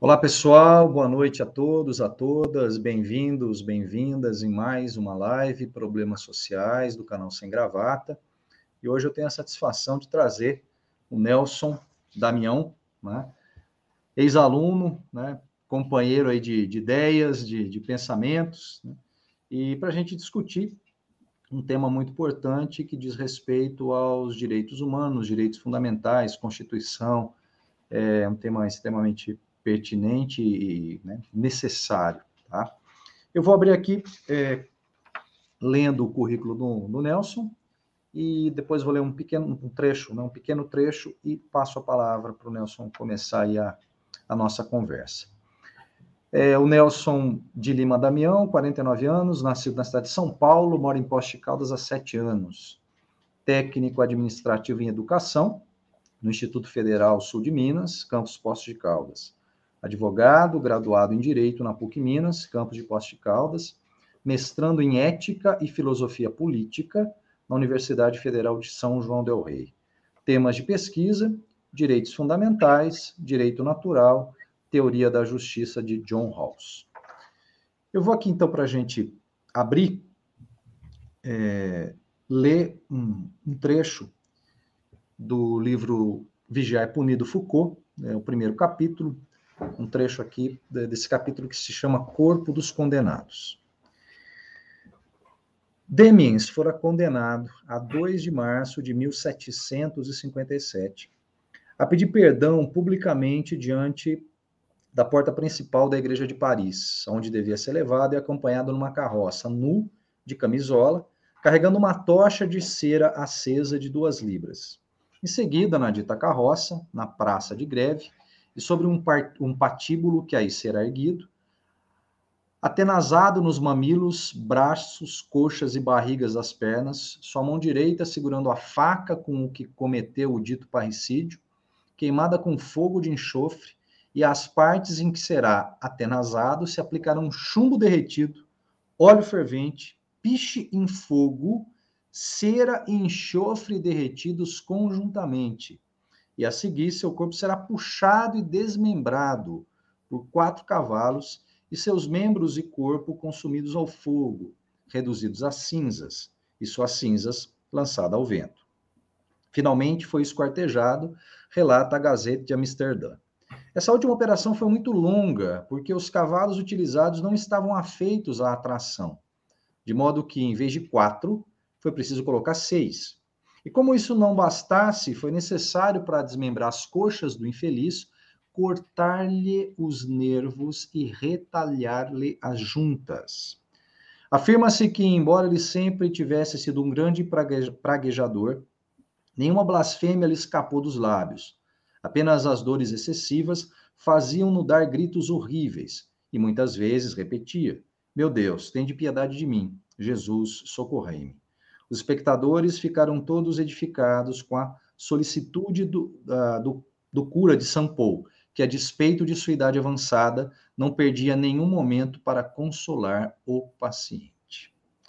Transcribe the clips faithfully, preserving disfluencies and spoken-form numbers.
Olá, pessoal, boa noite a todos, a todas, bem-vindos, bem-vindas em mais uma live Problemas Sociais do canal Sem Gravata. E hoje eu tenho a satisfação de trazer o Nelson Damião, né, ex-aluno, né, companheiro aí de, de ideias, de, de pensamentos, né, e para a gente discutir um tema muito importante que diz respeito aos direitos humanos, direitos fundamentais, Constituição, é um tema extremamente pertinente e, né, necessário, tá? Eu vou abrir aqui é, lendo o currículo do, do Nelson e depois vou ler um pequeno um trecho, né, um pequeno trecho e passo a palavra para o Nelson começar aí a, a nossa conversa. É, o Nelson de Lima Damião, quarenta e nove anos, nascido na cidade de São Paulo, mora em Poços de Caldas há sete anos. Técnico administrativo em educação, no Instituto Federal Sul de Minas, campus Poços de Caldas. Advogado, graduado em Direito na PUC Minas, campus de Poços de Caldas, mestrando em Ética e Filosofia Política na Universidade Federal de São João del Rei. Temas de pesquisa, Direitos Fundamentais, Direito Natural, Teoria da Justiça de John Rawls. Eu vou aqui, então, para a gente abrir, é, ler um, um trecho do livro Vigiar e Punir, do Foucault, é o primeiro capítulo, um trecho aqui desse capítulo que se chama Corpo dos Condenados. Demiens fora condenado a dois de março de mil setecentos e cinquenta e sete a pedir perdão publicamente diante da porta principal da igreja de Paris, onde devia ser levado e acompanhado numa carroça, nu, de camisola, carregando uma tocha de cera acesa de duas libras. Em seguida, na dita carroça, na praça de Greve, e sobre um, um patíbulo que aí será erguido, atenazado nos mamilos, braços, coxas e barrigas das pernas, sua mão direita segurando a faca com o que cometeu o dito parricídio, queimada com fogo de enxofre, e as partes em que será atenazado se aplicarão chumbo derretido, óleo fervente, piche em fogo, cera e enxofre derretidos conjuntamente. E a seguir, seu corpo será puxado e desmembrado por quatro cavalos e seus membros e corpo consumidos ao fogo, reduzidos a cinzas, e suas cinzas lançadas ao vento. Finalmente foi esquartejado, relata a Gazeta de Amsterdã. Essa última operação foi muito longa, porque os cavalos utilizados não estavam afeitos à atração, de modo que, em vez de quatro, foi preciso colocar seis. E como isso não bastasse, foi necessário, para desmembrar as coxas do infeliz, cortar-lhe os nervos e retalhar-lhe as juntas. Afirma-se que, embora ele sempre tivesse sido um grande praguejador, nenhuma blasfêmia lhe escapou dos lábios. Apenas as dores excessivas faziam-no dar gritos horríveis, e muitas vezes repetia: meu Deus, tende piedade de mim, Jesus, socorrei-me. Os espectadores ficaram todos edificados com a solicitude do, uh, do, do cura de São Paulo, que, a despeito de sua idade avançada, não perdia nenhum momento para consolar o paciente.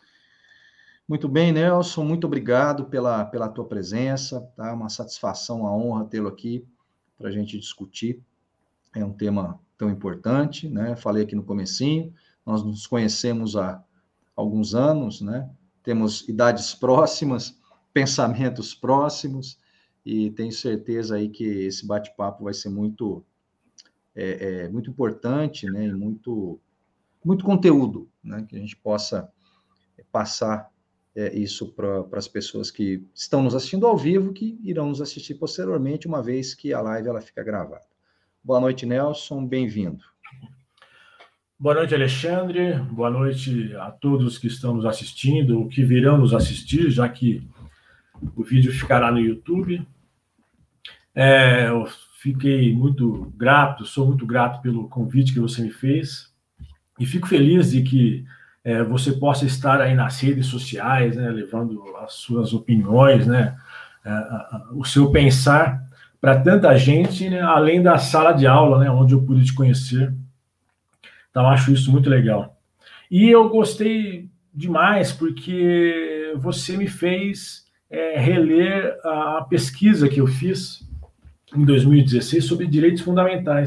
Muito bem, Nelson, muito obrigado pela, pela tua presença, tá? Uma satisfação, uma honra tê-lo aqui para a gente discutir. É um tema tão importante, né? Falei aqui no comecinho, nós nos conhecemos há alguns anos, né? Temos idades próximas, pensamentos próximos, e tenho certeza aí que esse bate-papo vai ser muito, é, é, muito importante, né? E muito, muito conteúdo, né? Que a gente possa passar é, isso para as pessoas que estão nos assistindo ao vivo, que irão nos assistir posteriormente, uma vez que a live ela fica gravada. Boa noite, Nelson, bem-vindo. Boa noite, Alexandre. Boa noite a todos que estão nos assistindo, ou que virão nos assistir, já que o vídeo ficará no YouTube. É, eu fiquei muito grato, sou muito grato pelo convite que você me fez, e fico feliz de que é, você possa estar aí nas redes sociais, né, levando as suas opiniões, né, é, a, a, o seu pensar para tanta gente, né, além da sala de aula, né, onde eu pude te conhecer. Então, acho isso muito legal. E eu gostei demais porque você me fez é, reler a pesquisa que eu fiz em dois mil e dezesseis sobre direitos fundamentais.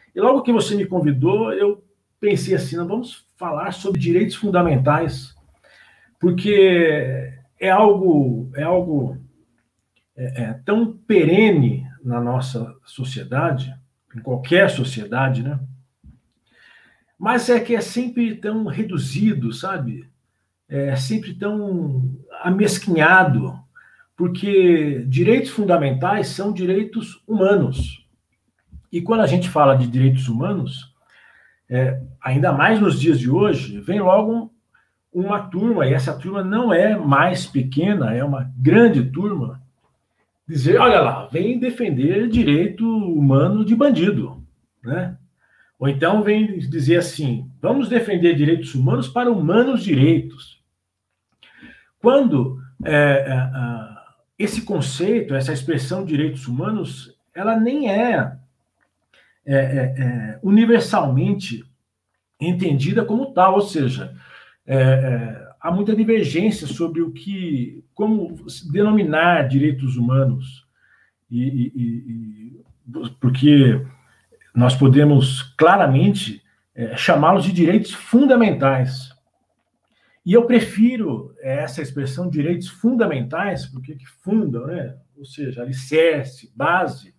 E logo que você me convidou, eu pensei assim, nós vamos falar sobre direitos fundamentais, porque é algo, é algo é, é, tão perene na nossa sociedade, em qualquer sociedade, né? Mas é que é sempre tão reduzido, sabe? É sempre tão amesquinhado, porque direitos fundamentais são direitos humanos. E quando a gente fala de direitos humanos, é, ainda mais nos dias de hoje, vem logo uma turma, e essa turma não é mais pequena, é uma grande turma, dizer, olha lá, vem defender direito humano de bandido, né? Ou então vem dizer assim, vamos defender direitos humanos para humanos direitos. Quando é, é, esse conceito, essa expressão direitos humanos, ela nem é, é, é universalmente entendida como tal, ou seja, é, é, há muita divergência sobre o que, como denominar direitos humanos, e, e, e, porque nós podemos claramente é, chamá-los de direitos fundamentais. E eu prefiro essa expressão direitos fundamentais, porque que fundam, né? Ou seja, alicerce, base,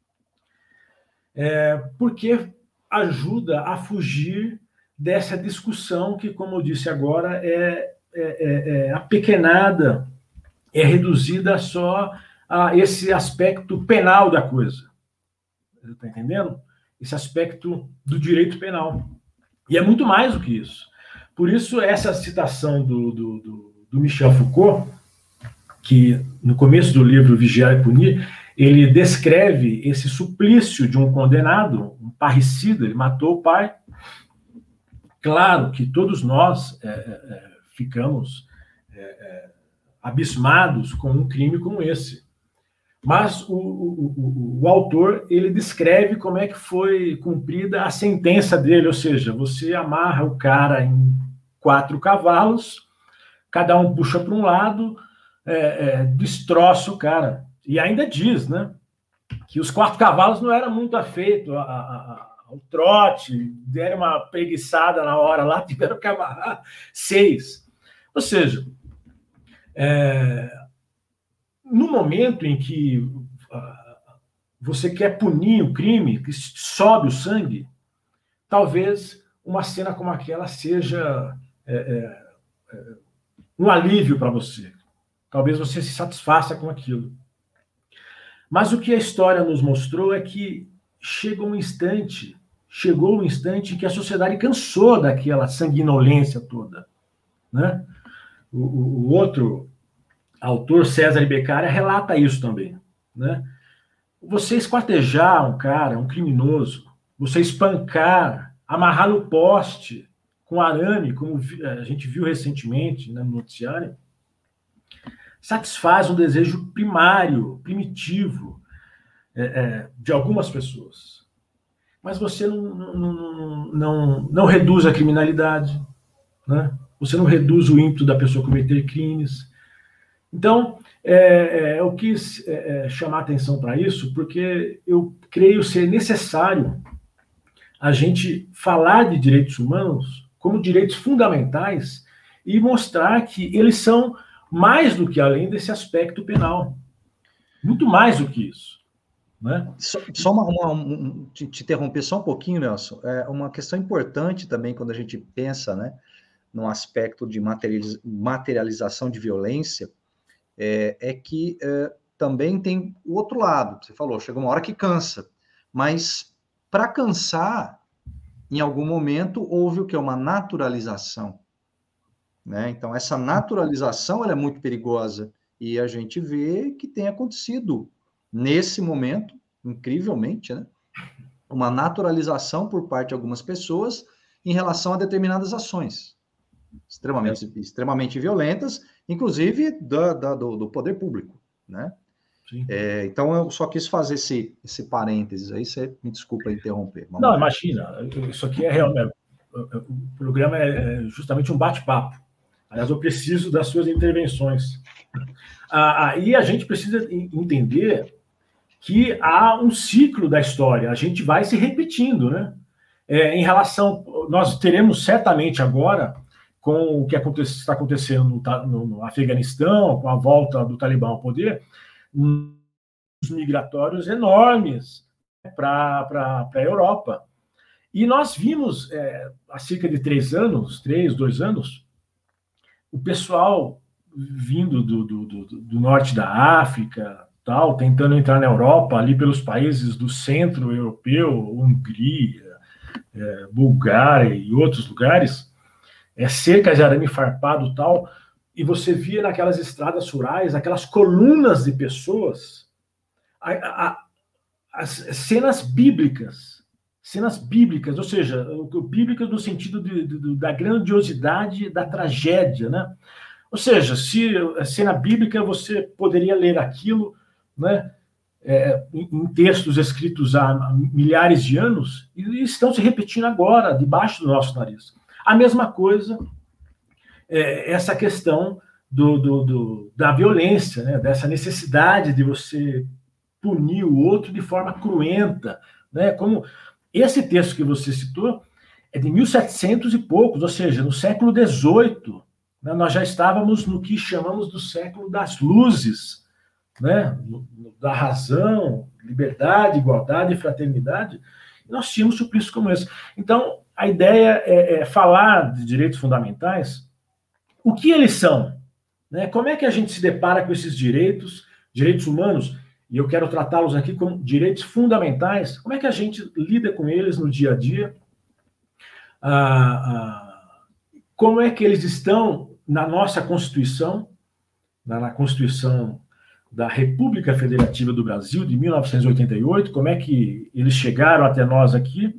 é, porque ajuda a fugir dessa discussão que, como eu disse agora, é, é, é apequenada, é reduzida só a esse aspecto penal da coisa. Está entendendo? Esse aspecto do direito penal. E é muito mais do que isso. Por isso, essa citação do, do, do, do Michel Foucault, que no começo do livro Vigiar e Punir, ele descreve esse suplício de um condenado, um parricida, ele matou o pai. Claro que todos nós é, é, ficamos é, é, abismados com um crime como esse. Mas o, o, o, o autor, ele descreve como é que foi cumprida a sentença dele, ou seja, você amarra o cara em quatro cavalos, cada um puxa para um lado, é, é, destroça o cara. E ainda diz, né, que os quatro cavalos não eram muito afeitos a, a, a, ao trote, deram uma preguiçada na hora lá, tiveram que amarrar seis. Ou seja, é, no momento em que uh, você quer punir o crime, que sobe o sangue, talvez uma cena como aquela seja é, é, é, um alívio para você. Talvez você se satisfaça com aquilo. Mas o que a história nos mostrou é que chega um instante, chegou um instante em que a sociedade cansou daquela sanguinolência toda, né? O, o, o outro autor, César Beccaria, relata isso também, né? Você esquartejar um cara, um criminoso, você espancar, amarrar no poste com arame, como a gente viu recentemente, né, no noticiário, satisfaz um desejo primário, primitivo, é, é, de algumas pessoas. Mas você não, não, não, não reduz a criminalidade, né? Você não reduz o ímpeto da pessoa cometer crimes. Então, é, é, eu quis é, chamar atenção para isso, porque eu creio ser necessário a gente falar de direitos humanos como direitos fundamentais e mostrar que eles são mais do que além desse aspecto penal. Muito mais do que isso. Né? Só, só uma, uma um, te, te interromper só um pouquinho, Nelson. É uma questão importante também quando a gente pensa, né, no aspecto de materialização de violência, é, é que é, também tem o outro lado. Você falou, chega uma hora que cansa. Mas para cansar, em algum momento, houve o que? Uma naturalização. Né? Então, essa naturalização ela é muito perigosa. E a gente vê que tem acontecido, nesse momento, incrivelmente, né? Uma naturalização por parte de algumas pessoas em relação a determinadas ações extremamente, é. extremamente violentas, inclusive da, da, do, do poder público. Né? É, então, eu só quis fazer esse, esse parênteses aí, você me desculpa interromper. Vamos Não, ver. Imagina, isso aqui é realmente... O programa é justamente um bate-papo. Aliás, eu preciso das suas intervenções. Aí a gente precisa entender que há um ciclo da história, a gente vai se repetindo, né? É, em relação, nós teremos certamente agora, com o que acontece, está acontecendo no, no, no Afeganistão, com a volta do Talibã ao poder, migratórios enormes para a Europa. E nós vimos, é, há cerca de três anos, três, dois anos, o pessoal vindo do, do, do, do norte da África, tal, tentando entrar na Europa, ali pelos países do centro europeu, Hungria, é, Bulgária e outros lugares, é, cercas de arame farpado, tal, e você via naquelas estradas rurais, aquelas colunas de pessoas, a, a, as cenas bíblicas, cenas bíblicas, ou seja, bíblicas no sentido de, de, da grandiosidade da tragédia, né? Ou seja, se a cena bíblica, você poderia ler aquilo, né, é, em textos escritos há milhares de anos, e estão se repetindo agora, debaixo do nosso nariz. A mesma coisa, é, essa questão do, do, do, da violência, né, dessa necessidade de você punir o outro de forma cruenta, né? Como esse texto que você citou é de mil e setecentos e poucos, ou seja, no século dezoito, né? Nós já estávamos no que chamamos do século das luzes, né? Da razão, liberdade, igualdade e fraternidade. E nós tínhamos suplícios como esse. Então, a ideia é, é falar de direitos fundamentais, o que eles são, né? Como é que a gente se depara com esses direitos, direitos humanos, e eu quero tratá-los aqui como direitos fundamentais, como é que a gente lida com eles no dia a dia? Ah, ah, como é que eles estão na nossa Constituição, na, na Constituição da República Federativa do Brasil, de mil novecentos e oitenta e oito, como é que eles chegaram até nós aqui?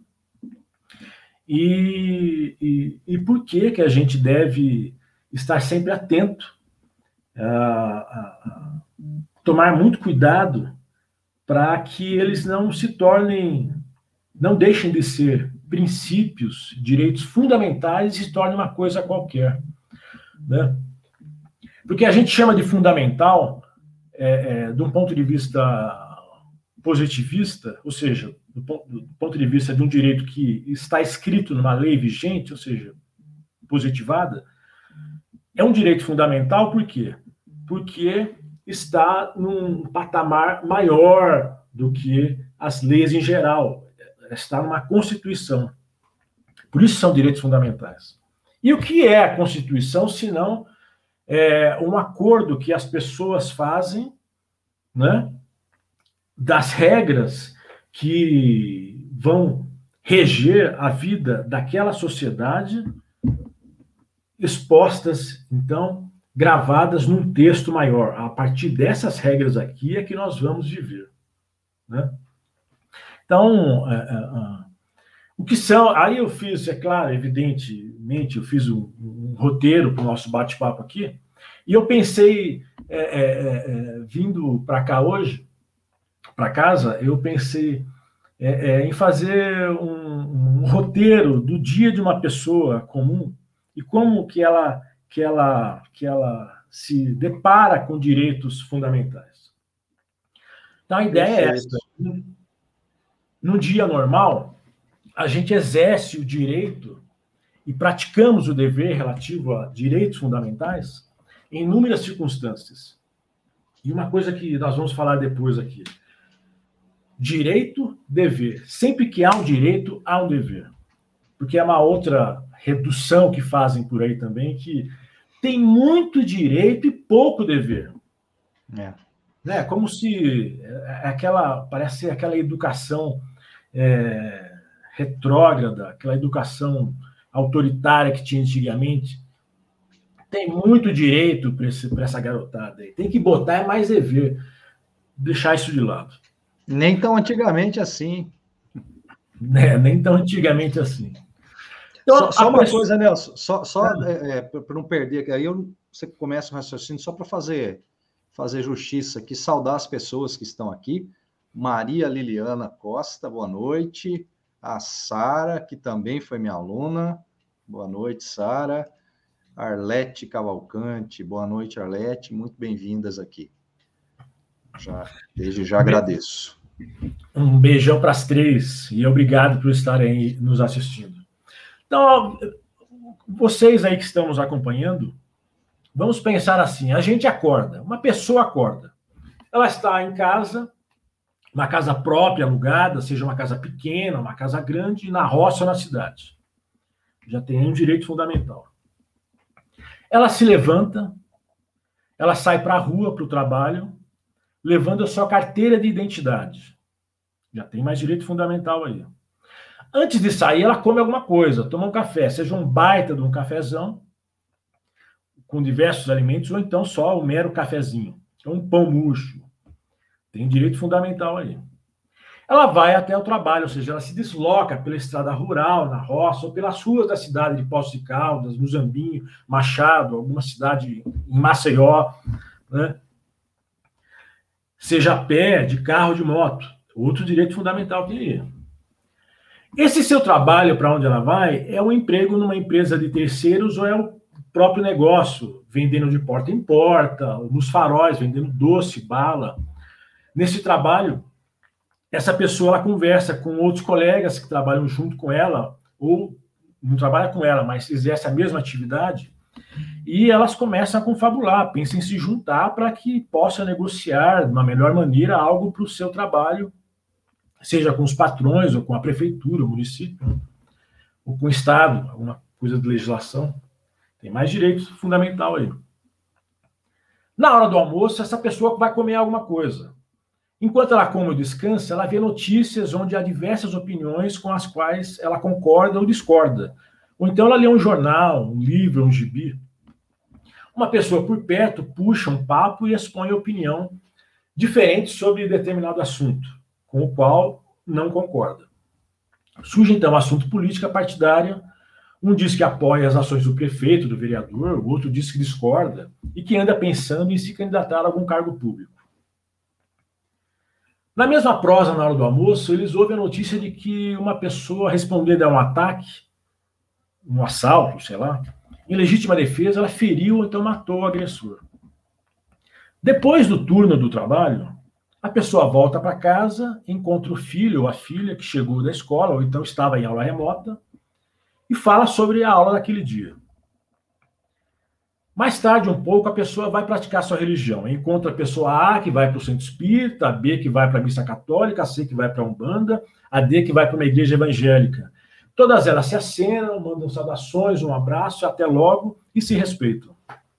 E, e, e por que que a gente deve estar sempre atento, a, a, a tomar muito cuidado para que eles não se tornem, não deixem de ser princípios, direitos fundamentais e se tornem uma coisa qualquer, né? Porque a gente chama de fundamental, é, é, de um ponto de vista positivista, ou seja, do ponto, do ponto de vista de um direito que está escrito numa lei vigente, ou seja, positivada, é um direito fundamental por quê? Porque está num patamar maior do que as leis em geral, está numa Constituição. Por isso são direitos fundamentais. E o que é a Constituição, se não é um acordo que as pessoas fazem, né, das regras que vão reger a vida daquela sociedade, expostas, então, gravadas num texto maior. A partir dessas regras aqui é que nós vamos viver, né? Então, é, é, o que são... Aí eu fiz, é claro, evidentemente, eu fiz um, um roteiro para o nosso bate-papo aqui, e eu pensei, é, é, é, vindo para cá hoje, para casa, eu pensei é, é, em fazer um, um roteiro do dia de uma pessoa comum e como que ela, que ela, que ela se depara com direitos fundamentais. Então, a ideia Perfeito. é essa. No dia normal, a gente exerce o direito e praticamos o dever relativo a direitos fundamentais em inúmeras circunstâncias. E uma coisa que nós vamos falar depois aqui. Direito, dever. Sempre que há um direito, há um dever. Porque é uma outra redução que fazem por aí também, que tem muito direito e pouco dever. É. Né? Como se aquela, parece ser aquela educação é, retrógrada, aquela educação autoritária que tinha antigamente. Tem muito direito para essa garotada aí. Tem que botar é mais dever. Deixar isso de lado. Nem tão antigamente assim. É, nem tão antigamente assim. Então, só só uma pessoa... coisa, Nelson, só, só é, é, para não perder, aí eu, você começa o raciocínio só para fazer, fazer justiça aqui, saudar as pessoas que estão aqui. Maria Liliana Costa, boa noite. A Sara, que também foi minha aluna. Boa noite, Sara. Arlete Cavalcante, boa noite, Arlete. Muito bem-vindas aqui. Já, desde já agradeço. Um beijão para as três e obrigado por estarem nos assistindo. Então, vocês aí que estão nos acompanhando, vamos pensar assim, a gente acorda, uma pessoa acorda, ela está em casa, uma casa própria, alugada, seja uma casa pequena, uma casa grande, na roça ou na cidade. Já tem um direito fundamental. Ela se levanta, ela sai para a rua, para o trabalho, levando a sua carteira de identidade. Já tem mais direito fundamental aí. Antes de sair, ela come alguma coisa, toma um café, seja um baita de um cafezão, com diversos alimentos, ou então só o mero cafezinho, ou um pão murcho. Tem direito fundamental aí. Ela vai até o trabalho, ou seja, ela se desloca pela estrada rural, na roça, ou pelas ruas da cidade de Poços de Caldas, Muzambinho, Machado, alguma cidade em Maceió, né? Seja a pé, de carro, de moto. Outro direito fundamental que aí. Esse seu trabalho, para onde ela vai, é um emprego numa empresa de terceiros ou é o próprio negócio, vendendo de porta em porta, nos faróis, vendendo doce, bala. Nesse trabalho, essa pessoa ela conversa com outros colegas que trabalham junto com ela, ou não trabalha com ela, mas exerce a mesma atividade, e elas começam a confabular, pensam em se juntar para que possa negociar de uma melhor maneira algo para o seu trabalho, seja com os patrões, ou com a prefeitura, o município, ou com o Estado, alguma coisa de legislação. Tem mais direito fundamental aí. Na hora do almoço, essa pessoa vai comer alguma coisa. Enquanto ela come ou descansa, ela vê notícias onde há diversas opiniões com as quais ela concorda ou discorda. Ou então ela lê um jornal, um livro, um gibi. Uma pessoa por perto puxa um papo e expõe opinião diferente sobre determinado assunto, com o qual não concorda. Surge então um assunto política partidária. Um diz que apoia as ações do prefeito, do vereador, o outro diz que discorda e que anda pensando em se candidatar a algum cargo público. Na mesma prosa, na hora do almoço, eles ouvem a notícia de que uma pessoa respondendo a um ataque, um assalto, sei lá, em legítima defesa, ela feriu ou então matou o agressor. Depois do turno do trabalho, a pessoa volta para casa, encontra o filho ou a filha que chegou da escola ou então estava em aula remota e fala sobre a aula daquele dia. Mais tarde, um pouco, a pessoa vai praticar sua religião. Encontra a pessoa A, que vai para o centro espírita, a B, que vai para a missa católica, a C, que vai para a Umbanda, a D, que vai para uma igreja evangélica. Todas elas se acenam, mandam saudações, um abraço, até logo, e se respeitam.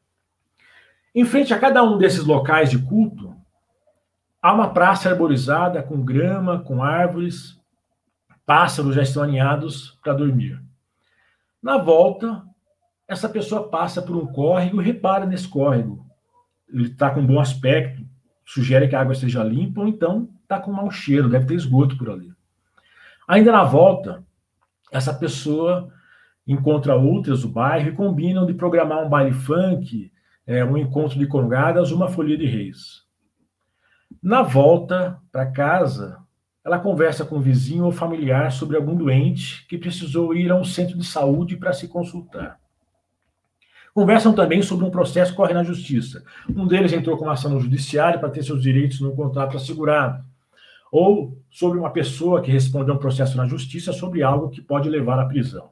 Em frente a cada um desses locais de culto, há uma praça arborizada com grama, com árvores, pássaros já estão aninhados para dormir. Na volta, essa pessoa passa por um córrego e repara nesse córrego. Ele está com um bom aspecto, sugere que a água esteja limpa, ou então está com mau cheiro, deve ter esgoto por ali. Ainda na volta, essa pessoa encontra outras do bairro e combinam de programar um baile funk, é, um encontro de congadas, uma folia de reis. Na volta para casa, ela conversa com um vizinho ou familiar sobre algum doente que precisou ir a um centro de saúde para se consultar. Conversam também sobre um processo que corre na justiça. Um deles entrou com uma ação no judiciário para ter seus direitos no contrato assegurado. Ou sobre uma pessoa que responde a um processo na justiça sobre algo que pode levar à prisão.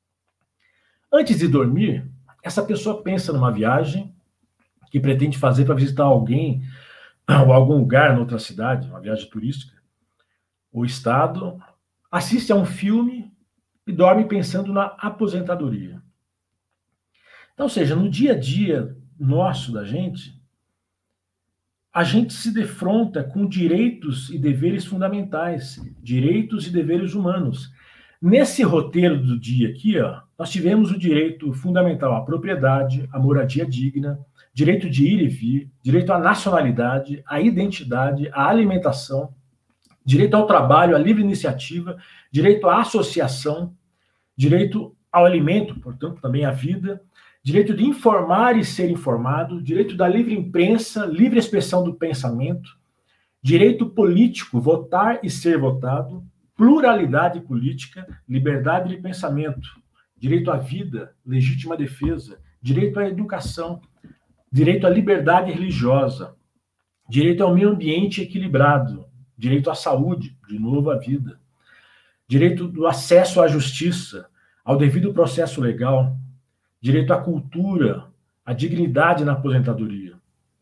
Antes de dormir, essa pessoa pensa numa viagem que pretende fazer para visitar alguém ou algum lugar em outra cidade, uma viagem turística, ou estado, assiste a um filme e dorme pensando na aposentadoria. Então, ou seja, no dia a dia nosso da gente, a gente se defronta com direitos e deveres fundamentais, direitos e deveres humanos. Nesse roteiro do dia aqui, ó, nós tivemos o direito fundamental à propriedade, à moradia digna, direito de ir e vir, direito à nacionalidade, à identidade, à alimentação, direito ao trabalho, à livre iniciativa, direito à associação, direito ao alimento, portanto, também à vida, direito de informar e ser informado, direito da livre imprensa, livre expressão do pensamento, direito político, votar e ser votado, pluralidade política, liberdade de pensamento, direito à vida, legítima defesa, direito à educação, direito à liberdade religiosa, direito ao meio ambiente equilibrado, direito à saúde, de novo à vida, direito do acesso à justiça, ao devido processo legal, direito à cultura, à dignidade na aposentadoria.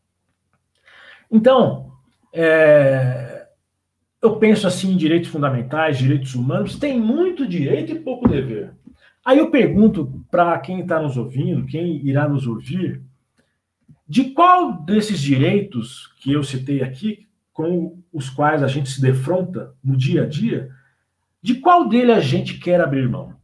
Então, é, eu penso assim em direitos fundamentais, direitos humanos, tem muito direito e pouco dever. Aí eu pergunto para quem está nos ouvindo, quem irá nos ouvir, de qual desses direitos que eu citei aqui, com os quais a gente se defronta no dia a dia, de qual dele a gente quer abrir mão?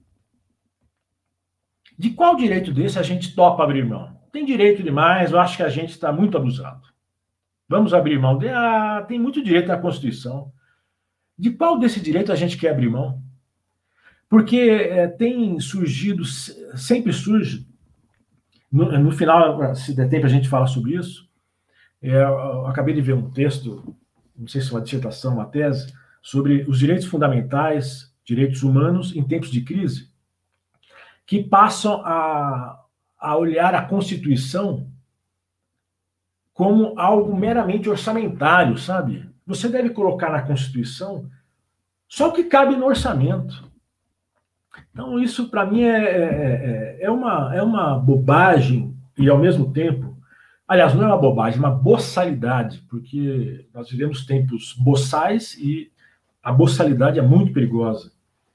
De qual direito desse a gente topa abrir mão? Tem direito demais, eu acho que a gente está muito abusado. Vamos abrir mão de... Ah, tem muito direito na Constituição. De qual desse direito a gente quer abrir mão? Porque é, tem surgido, sempre surge, no, no final, se der tempo a gente fala sobre isso, é, eu acabei de ver um texto, não sei se é uma dissertação, uma tese, sobre os direitos fundamentais, direitos humanos em tempos de crise, que passam a, a olhar a Constituição como algo meramente orçamentário, sabe? Você deve colocar na Constituição só o que cabe no orçamento. Então, isso, para mim, é, é, é, uma, é uma bobagem e, ao mesmo tempo, aliás, não é uma bobagem, é uma boçalidade, porque nós vivemos tempos boçais e a boçalidade é muito perigosa.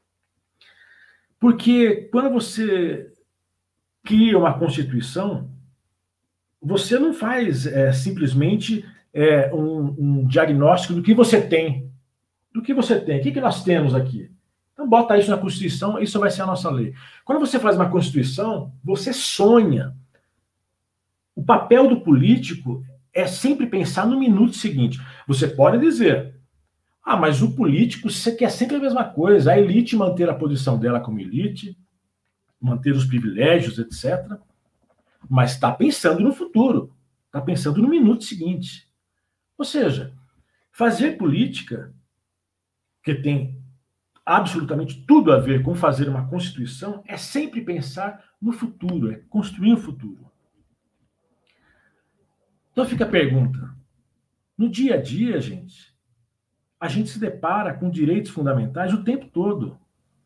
Porque quando você cria uma Constituição, você não faz é, simplesmente é, um, um diagnóstico do que você tem. Do que você tem. O que, que nós temos aqui? Então, bota isso na Constituição, isso vai ser a nossa lei. Quando você faz uma Constituição, você sonha. O papel do político é sempre pensar no minuto seguinte. Você pode dizer, ah, mas o político você quer sempre a mesma coisa, a elite manter a posição dela como elite, manter os privilégios, etcétera, mas está pensando no futuro, está pensando no minuto seguinte. Ou seja, fazer política, que tem absolutamente tudo a ver com fazer uma Constituição, é sempre pensar no futuro, é construir o futuro. Então fica a pergunta, no dia a dia, gente, a gente se depara com direitos fundamentais o tempo todo.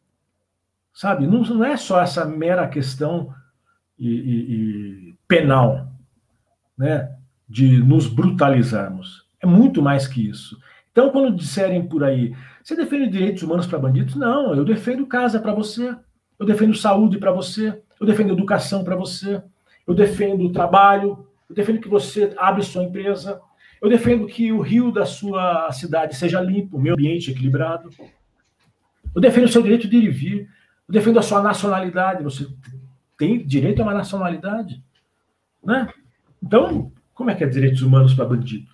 Sabe? Não, não é só essa mera questão e, e, e penal, né? De nos brutalizarmos. É muito mais que isso. Então, quando disserem por aí, você defende direitos humanos para bandidos? Não, eu defendo casa para você, eu defendo saúde para você, eu defendo educação para você, eu defendo trabalho, eu defendo que você abra sua empresa, eu defendo que o rio da sua cidade seja limpo, o meio ambiente equilibrado, eu defendo o seu direito de ir e vir, eu defendo a sua nacionalidade, você tem direito a uma nacionalidade, né? Então, como é que é direitos humanos para bandido?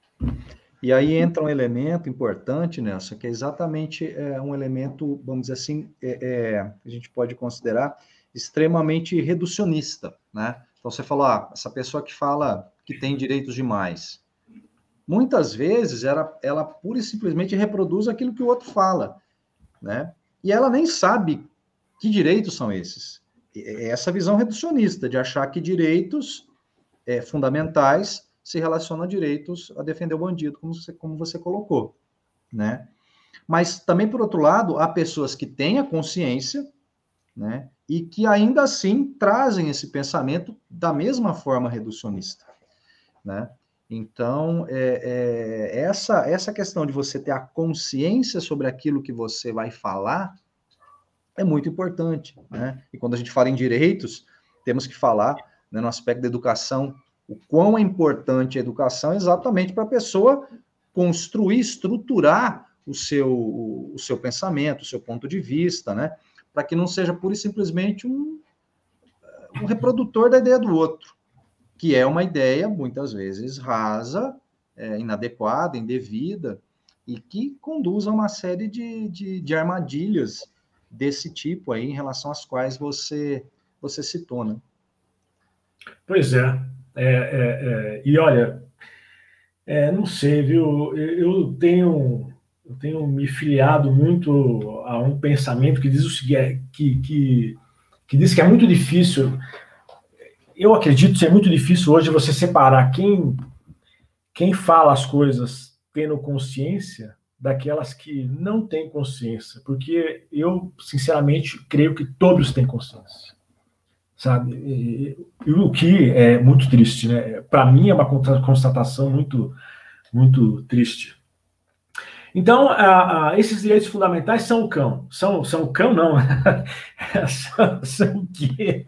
E aí entra um elemento importante nessa, que é exatamente é, um elemento, vamos dizer assim, é, é, a gente pode considerar extremamente reducionista, né? Então você falou, ah, essa pessoa que fala que tem direitos demais, muitas vezes ela, ela pura e simplesmente reproduz aquilo que o outro fala, né? E ela nem sabe que direitos são esses. É essa visão reducionista de achar que direitos é, fundamentais se relacionam a direitos a defender o bandido, como você, como você colocou, né? Mas também, por outro lado, há pessoas que têm a consciência, né, e que ainda assim trazem esse pensamento da mesma forma reducionista, né? Então, é, é, essa, essa questão de você ter a consciência sobre aquilo que você vai falar é muito importante, né? E quando a gente fala em direitos, temos que falar, né, no aspecto da educação, o quão é importante a educação exatamente para a pessoa construir, estruturar o seu, o seu pensamento, o seu ponto de vista, né? Para que não seja pura e simplesmente um, um reprodutor da ideia do outro, que é uma ideia, muitas vezes, rasa, é, inadequada, indevida, e que conduz a uma série de, de, de armadilhas desse tipo aí, em relação às quais você, você citou, né? Pois é. É, é, é, e olha, é, não sei, viu? Eu tenho, eu tenho me filiado muito a um pensamento que diz o seguinte, que, que, que diz que é muito difícil. Eu acredito ser muito difícil hoje você separar quem, quem fala as coisas tendo consciência daquelas que não têm consciência, porque eu, sinceramente, creio que todos têm consciência, sabe? E, e o que é muito triste, né? Para mim é uma constatação muito, muito triste. Então, a, a, esses direitos fundamentais são o cão. São, são o cão, não. são, são o quê?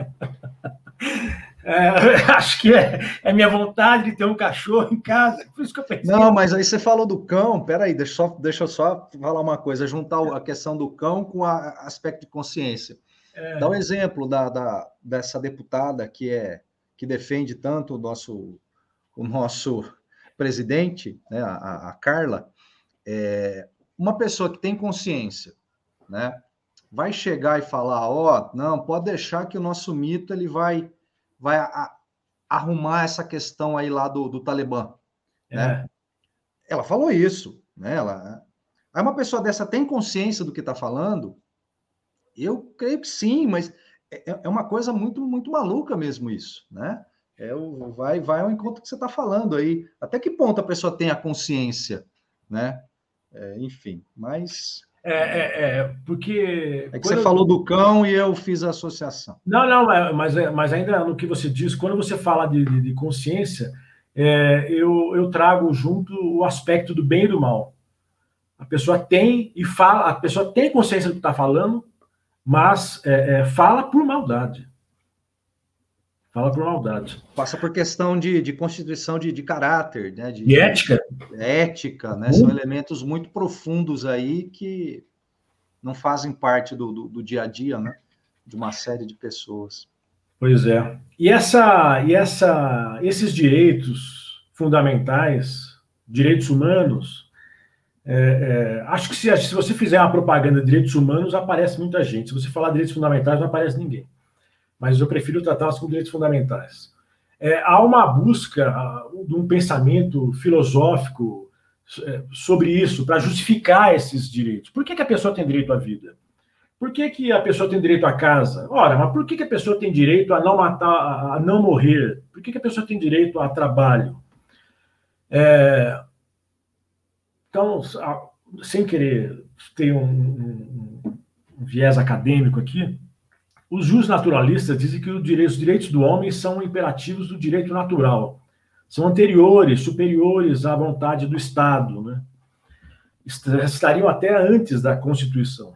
É, acho que é, é minha vontade de ter um cachorro em casa. Por isso que eu pensei. Não, mas aí você falou do cão. Peraí, deixa, só, deixa eu só falar uma coisa. Juntar a questão do cão com o aspecto de consciência. É. Dá um exemplo da, da, dessa deputada que, é, que defende tanto o nosso, o nosso presidente, né, a, a Carla. É, uma pessoa que tem consciência, né, vai chegar e falar, ó, oh, não, pode deixar que o nosso mito ele vai, vai a, arrumar essa questão aí lá do, do Talibã, é. né? Ela falou isso, né? Ela, aí uma pessoa dessa tem consciência do que está falando? Eu creio que sim, mas é, é uma coisa muito, muito maluca mesmo isso, né? É o, vai, vai ao encontro que você está falando aí. Até que ponto a pessoa tem a consciência, né? É, enfim, mas... É, é, é porque... É que você eu... falou do cão e eu fiz a associação. Não, não, mas, mas ainda no que você diz, quando você fala de, de, de consciência, é, eu, eu trago junto o aspecto do bem e do mal. A pessoa tem e fala, a pessoa tem consciência do que está falando, mas é, é, fala por maldade. Fala por maldade. Passa por questão de, de constituição de, de caráter, né? De, e ética. De, ética, né? São elementos muito profundos aí que não fazem parte do, do, do dia a dia, né? De uma série de pessoas. Pois é. E, essa, e essa, esses direitos fundamentais, direitos humanos, é, é, acho que se, se você fizer uma propaganda de direitos humanos, aparece muita gente. Se você falar de direitos fundamentais, não aparece ninguém. Mas eu prefiro tratá-los como direitos fundamentais. É, há uma busca uh, de um pensamento filosófico uh, sobre isso, para justificar esses direitos. Por que, que a pessoa tem direito à vida? Por que, que a pessoa tem direito à casa? Ora, mas por que, que a pessoa tem direito a não matar, a não morrer? Por que, que a pessoa tem direito a trabalho? É, então, sem querer ter um, um, um viés acadêmico aqui, os justnaturalistas dizem que os direitos, os direitos do homem são imperativos do direito natural. São anteriores, superiores à vontade do Estado, né? Estariam até antes da Constituição.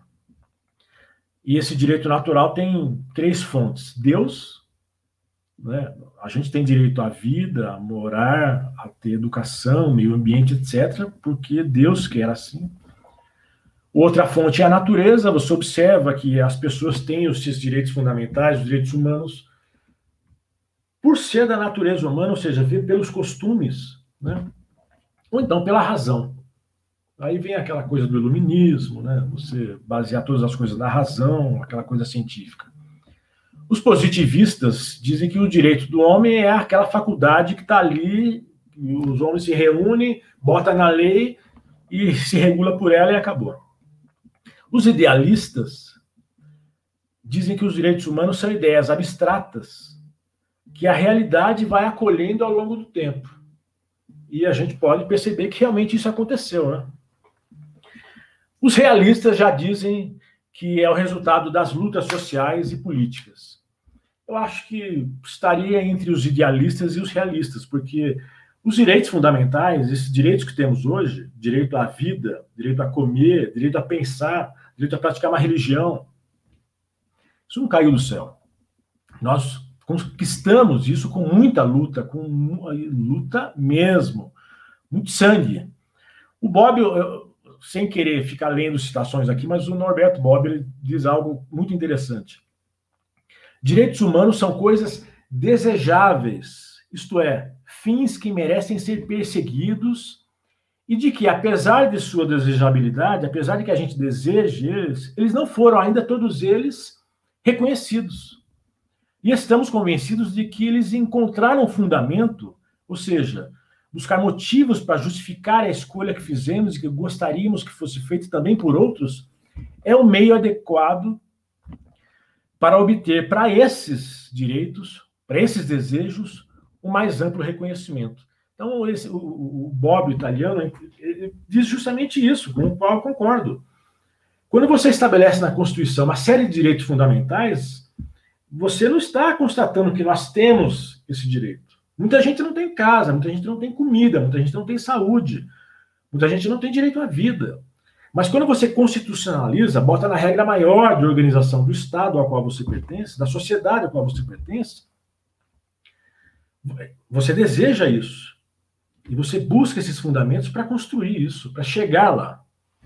E esse direito natural tem três fontes. Deus, né? A gente tem direito à vida, a morar, a ter educação, meio ambiente, etcétera, porque Deus quer assim. Outra fonte é a natureza. Você observa que as pessoas têm os seus direitos fundamentais, os direitos humanos, por ser da natureza humana, ou seja, pelos costumes, né? Ou então pela razão. Aí vem aquela coisa do iluminismo, né? Você basear todas as coisas na razão, aquela coisa científica. Os positivistas dizem que o direito do homem é aquela faculdade que está ali, os homens se reúnem, botam na lei e se regula por ela e acabou. Os idealistas dizem que os direitos humanos são ideias abstratas que a realidade vai acolhendo ao longo do tempo. E a gente pode perceber que realmente isso aconteceu, né? Os realistas já dizem que é o resultado das lutas sociais e políticas. Eu acho que estaria entre os idealistas e os realistas, porque os direitos fundamentais, esses direitos que temos hoje, direito à vida, direito a comer, direito a pensar, direito a praticar uma religião, isso não caiu do céu. Nós conquistamos isso com muita luta, com luta mesmo, muito sangue. O Bob, eu, sem querer ficar lendo citações aqui, mas o Norberto Bobbio ele diz algo muito interessante. Direitos humanos são coisas desejáveis, isto é, fins que merecem ser perseguidos e de que, apesar de sua desejabilidade, apesar de que a gente deseje eles, eles não foram ainda todos eles reconhecidos. E estamos convencidos de que eles encontraram fundamento, ou seja, buscar motivos para justificar a escolha que fizemos e que gostaríamos que fosse feita também por outros, é o meio adequado para obter para esses direitos, para esses desejos, o mais amplo reconhecimento. Então, esse, o, o Bobbio italiano ele diz justamente isso, com o qual eu concordo. Quando você estabelece na Constituição uma série de direitos fundamentais, você não está constatando que nós temos esse direito. Muita gente não tem casa, muita gente não tem comida, muita gente não tem saúde, muita gente não tem direito à vida. Mas quando você constitucionaliza, bota na regra maior de organização do Estado ao qual você pertence, da sociedade ao qual você pertence, você deseja isso. E você busca esses fundamentos para construir isso, para chegar lá.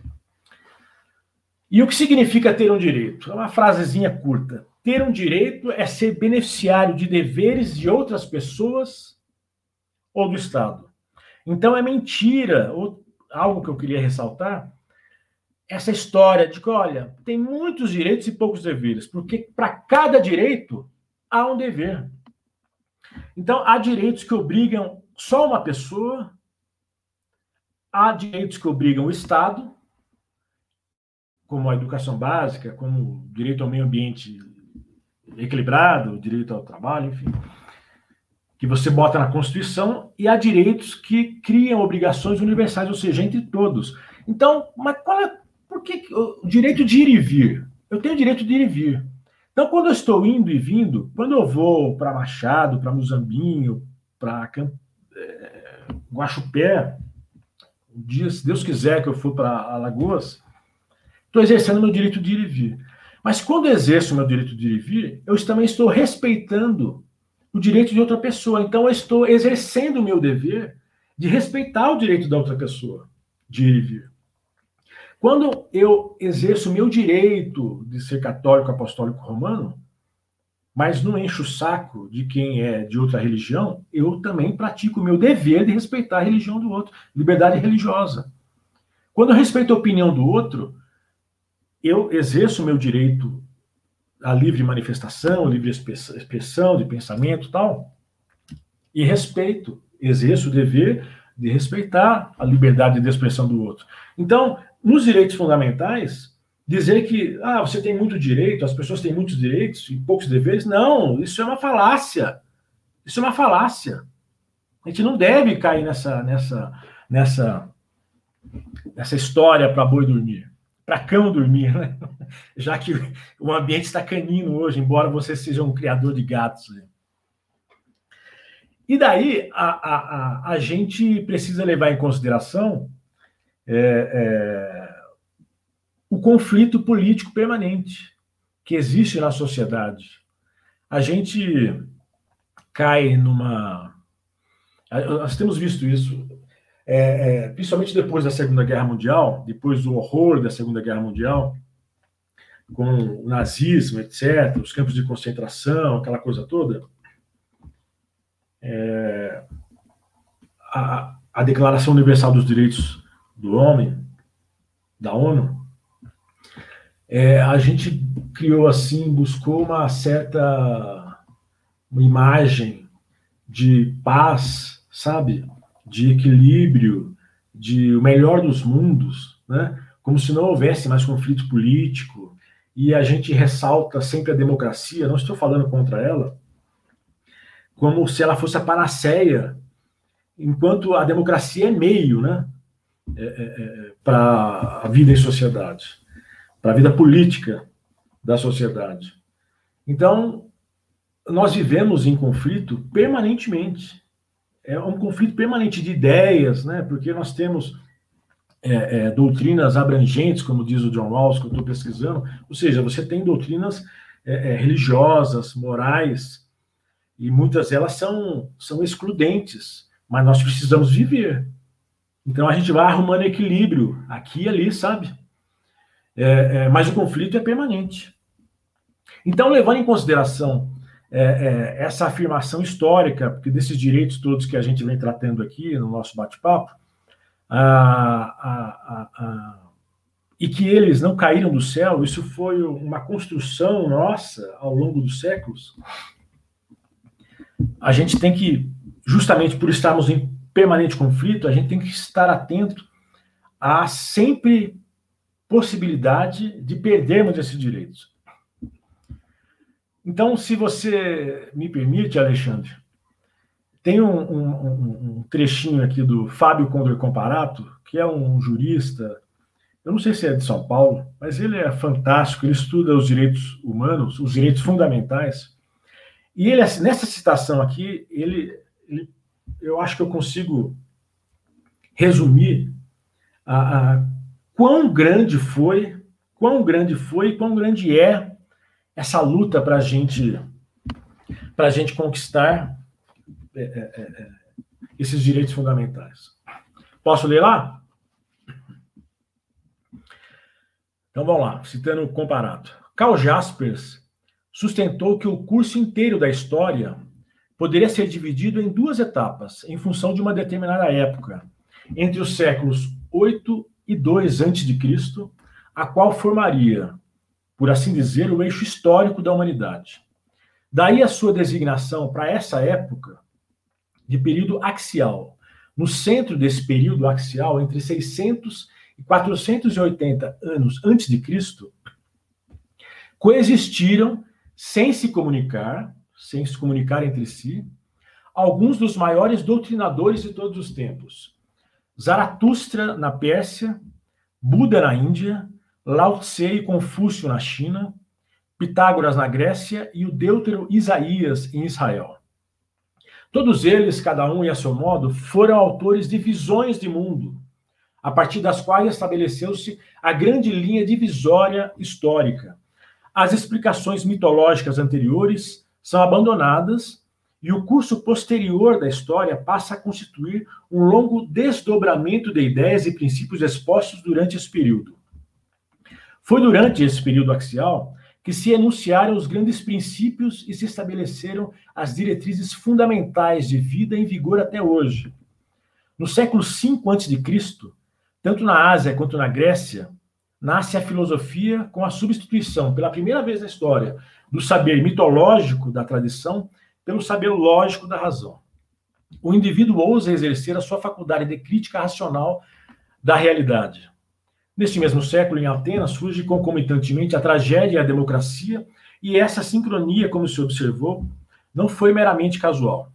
E o que significa ter um direito? É uma frasezinha curta. Ter um direito é ser beneficiário de deveres de outras pessoas ou do Estado. Então é mentira, ou algo que eu queria ressaltar, essa história de que, olha, tem muitos direitos e poucos deveres, porque para cada direito há um dever. Então, há direitos que obrigam só uma pessoa, há direitos que obrigam o Estado, como a educação básica, como o direito ao meio ambiente equilibrado, o direito ao trabalho, enfim, que você bota na Constituição, e há direitos que criam obrigações universais, ou seja, entre todos. Então, mas qual é, por que o direito de ir e vir? Eu tenho o direito de ir e vir. Então, quando eu estou indo e vindo, quando eu vou para Machado, para Muzambinho, para é, Guaxupé, um dia, se Deus quiser que eu for para Alagoas, estou exercendo meu direito de ir e vir. Mas quando eu exerço o meu direito de ir e vir, eu também estou respeitando o direito de outra pessoa. Então, eu estou exercendo o meu dever de respeitar o direito da outra pessoa de ir e vir. Quando eu exerço o meu direito de ser católico apostólico romano, mas não encho o saco de quem é de outra religião, eu também pratico o meu dever de respeitar a religião do outro, liberdade religiosa. Quando eu respeito a opinião do outro, eu exerço o meu direito à livre manifestação, livre expressão de pensamento e tal, e respeito, exerço o dever de respeitar a liberdade de expressão do outro. Então, nos direitos fundamentais, dizer que ah, você tem muito direito, as pessoas têm muitos direitos e poucos deveres, não, isso é uma falácia. Isso é uma falácia. A gente não deve cair nessa, nessa, nessa, nessa história para boi dormir, para cão dormir, né? Já que o ambiente está canino hoje, embora você seja um criador de gatos. E daí a, a, a, a gente precisa levar em consideração é, é, o conflito político permanente que existe na sociedade. A gente cai numa... Nós temos visto isso, é, é, principalmente depois da Segunda Guerra Mundial, depois do horror da Segunda Guerra Mundial, com o nazismo, etcétera, os campos de concentração, aquela coisa toda. É, a, a Declaração Universal dos Direitos do Homem, da ONU, é, a gente criou assim, buscou uma certa uma imagem de paz, sabe? De equilíbrio, de o melhor dos mundos, né? Como se não houvesse mais conflito político, e a gente ressalta sempre a democracia, não estou falando contra ela, como se ela fosse a panaceia, enquanto a democracia é meio, né? É, é, é, para a vida em sociedade, para a vida política da sociedade. Então, nós vivemos em conflito permanentemente. É um conflito permanente de ideias, né? Porque nós temos é, é, doutrinas abrangentes, como diz o John Rawls, que eu estou pesquisando, ou seja, você tem doutrinas é, é, religiosas, morais, e muitas delas são, são excludentes, mas nós precisamos viver. Então a gente vai arrumando equilíbrio aqui e ali, sabe? É, é, mas o conflito é permanente. Então, levando em consideração é, é, essa afirmação histórica, porque desses direitos todos que a gente vem tratando aqui no nosso bate-papo, a, a, a, a, e que eles não caíram do céu, isso foi uma construção nossa ao longo dos séculos, a gente tem que, justamente por estarmos em permanente conflito, a gente tem que estar atento à sempre possibilidade de perdermos esses direitos. Então, se você me permite, Alexandre, Tem um, um, um trechinho aqui do Fábio Condor Comparato, que é um jurista, eu não sei se é de São Paulo, mas ele é fantástico, ele estuda os direitos humanos, os direitos fundamentais, e ele, nessa citação aqui, ele, ele eu acho que eu consigo resumir a, a quão grande foi, quão grande foi e quão grande é essa luta para a gente, para a gente conquistar é, é, é, esses direitos fundamentais. Posso ler lá? Então vamos lá, citando o Comparato. Karl Jaspers sustentou que o curso inteiro da história poderia ser dividido em duas etapas, em função de uma determinada época, entre os séculos oito e dois antes de Cristo, a qual formaria, por assim dizer, o eixo histórico da humanidade. Daí a sua designação para essa época de período axial. No centro desse período axial, entre seiscentos e quatrocentos e oitenta anos antes de Cristo, coexistiram, sem se comunicar, sem se comunicar entre si, alguns dos maiores doutrinadores de todos os tempos. Zaratustra na Pérsia, Buda na Índia, Lao Tse e Confúcio na China, Pitágoras na Grécia e o Deutero Isaías em Israel. Todos eles, cada um e a seu modo, foram autores de visões de mundo, a partir das quais estabeleceu-se a grande linha divisória histórica. As explicações mitológicas anteriores são abandonadas e o curso posterior da história passa a constituir um longo desdobramento de ideias e princípios expostos durante esse período. Foi durante esse período axial que se enunciaram os grandes princípios e se estabeleceram as diretrizes fundamentais de vida em vigor até hoje. No século cinco antes de Cristo, tanto na Ásia quanto na Grécia, nasce a filosofia com a substituição, pela primeira vez na história, do saber mitológico da tradição pelo saber lógico da razão. O indivíduo ousa exercer a sua faculdade de crítica racional da realidade. Neste mesmo século, em Atenas, surge concomitantemente a tragédia e a democracia, e essa sincronia, como se observou, não foi meramente casual.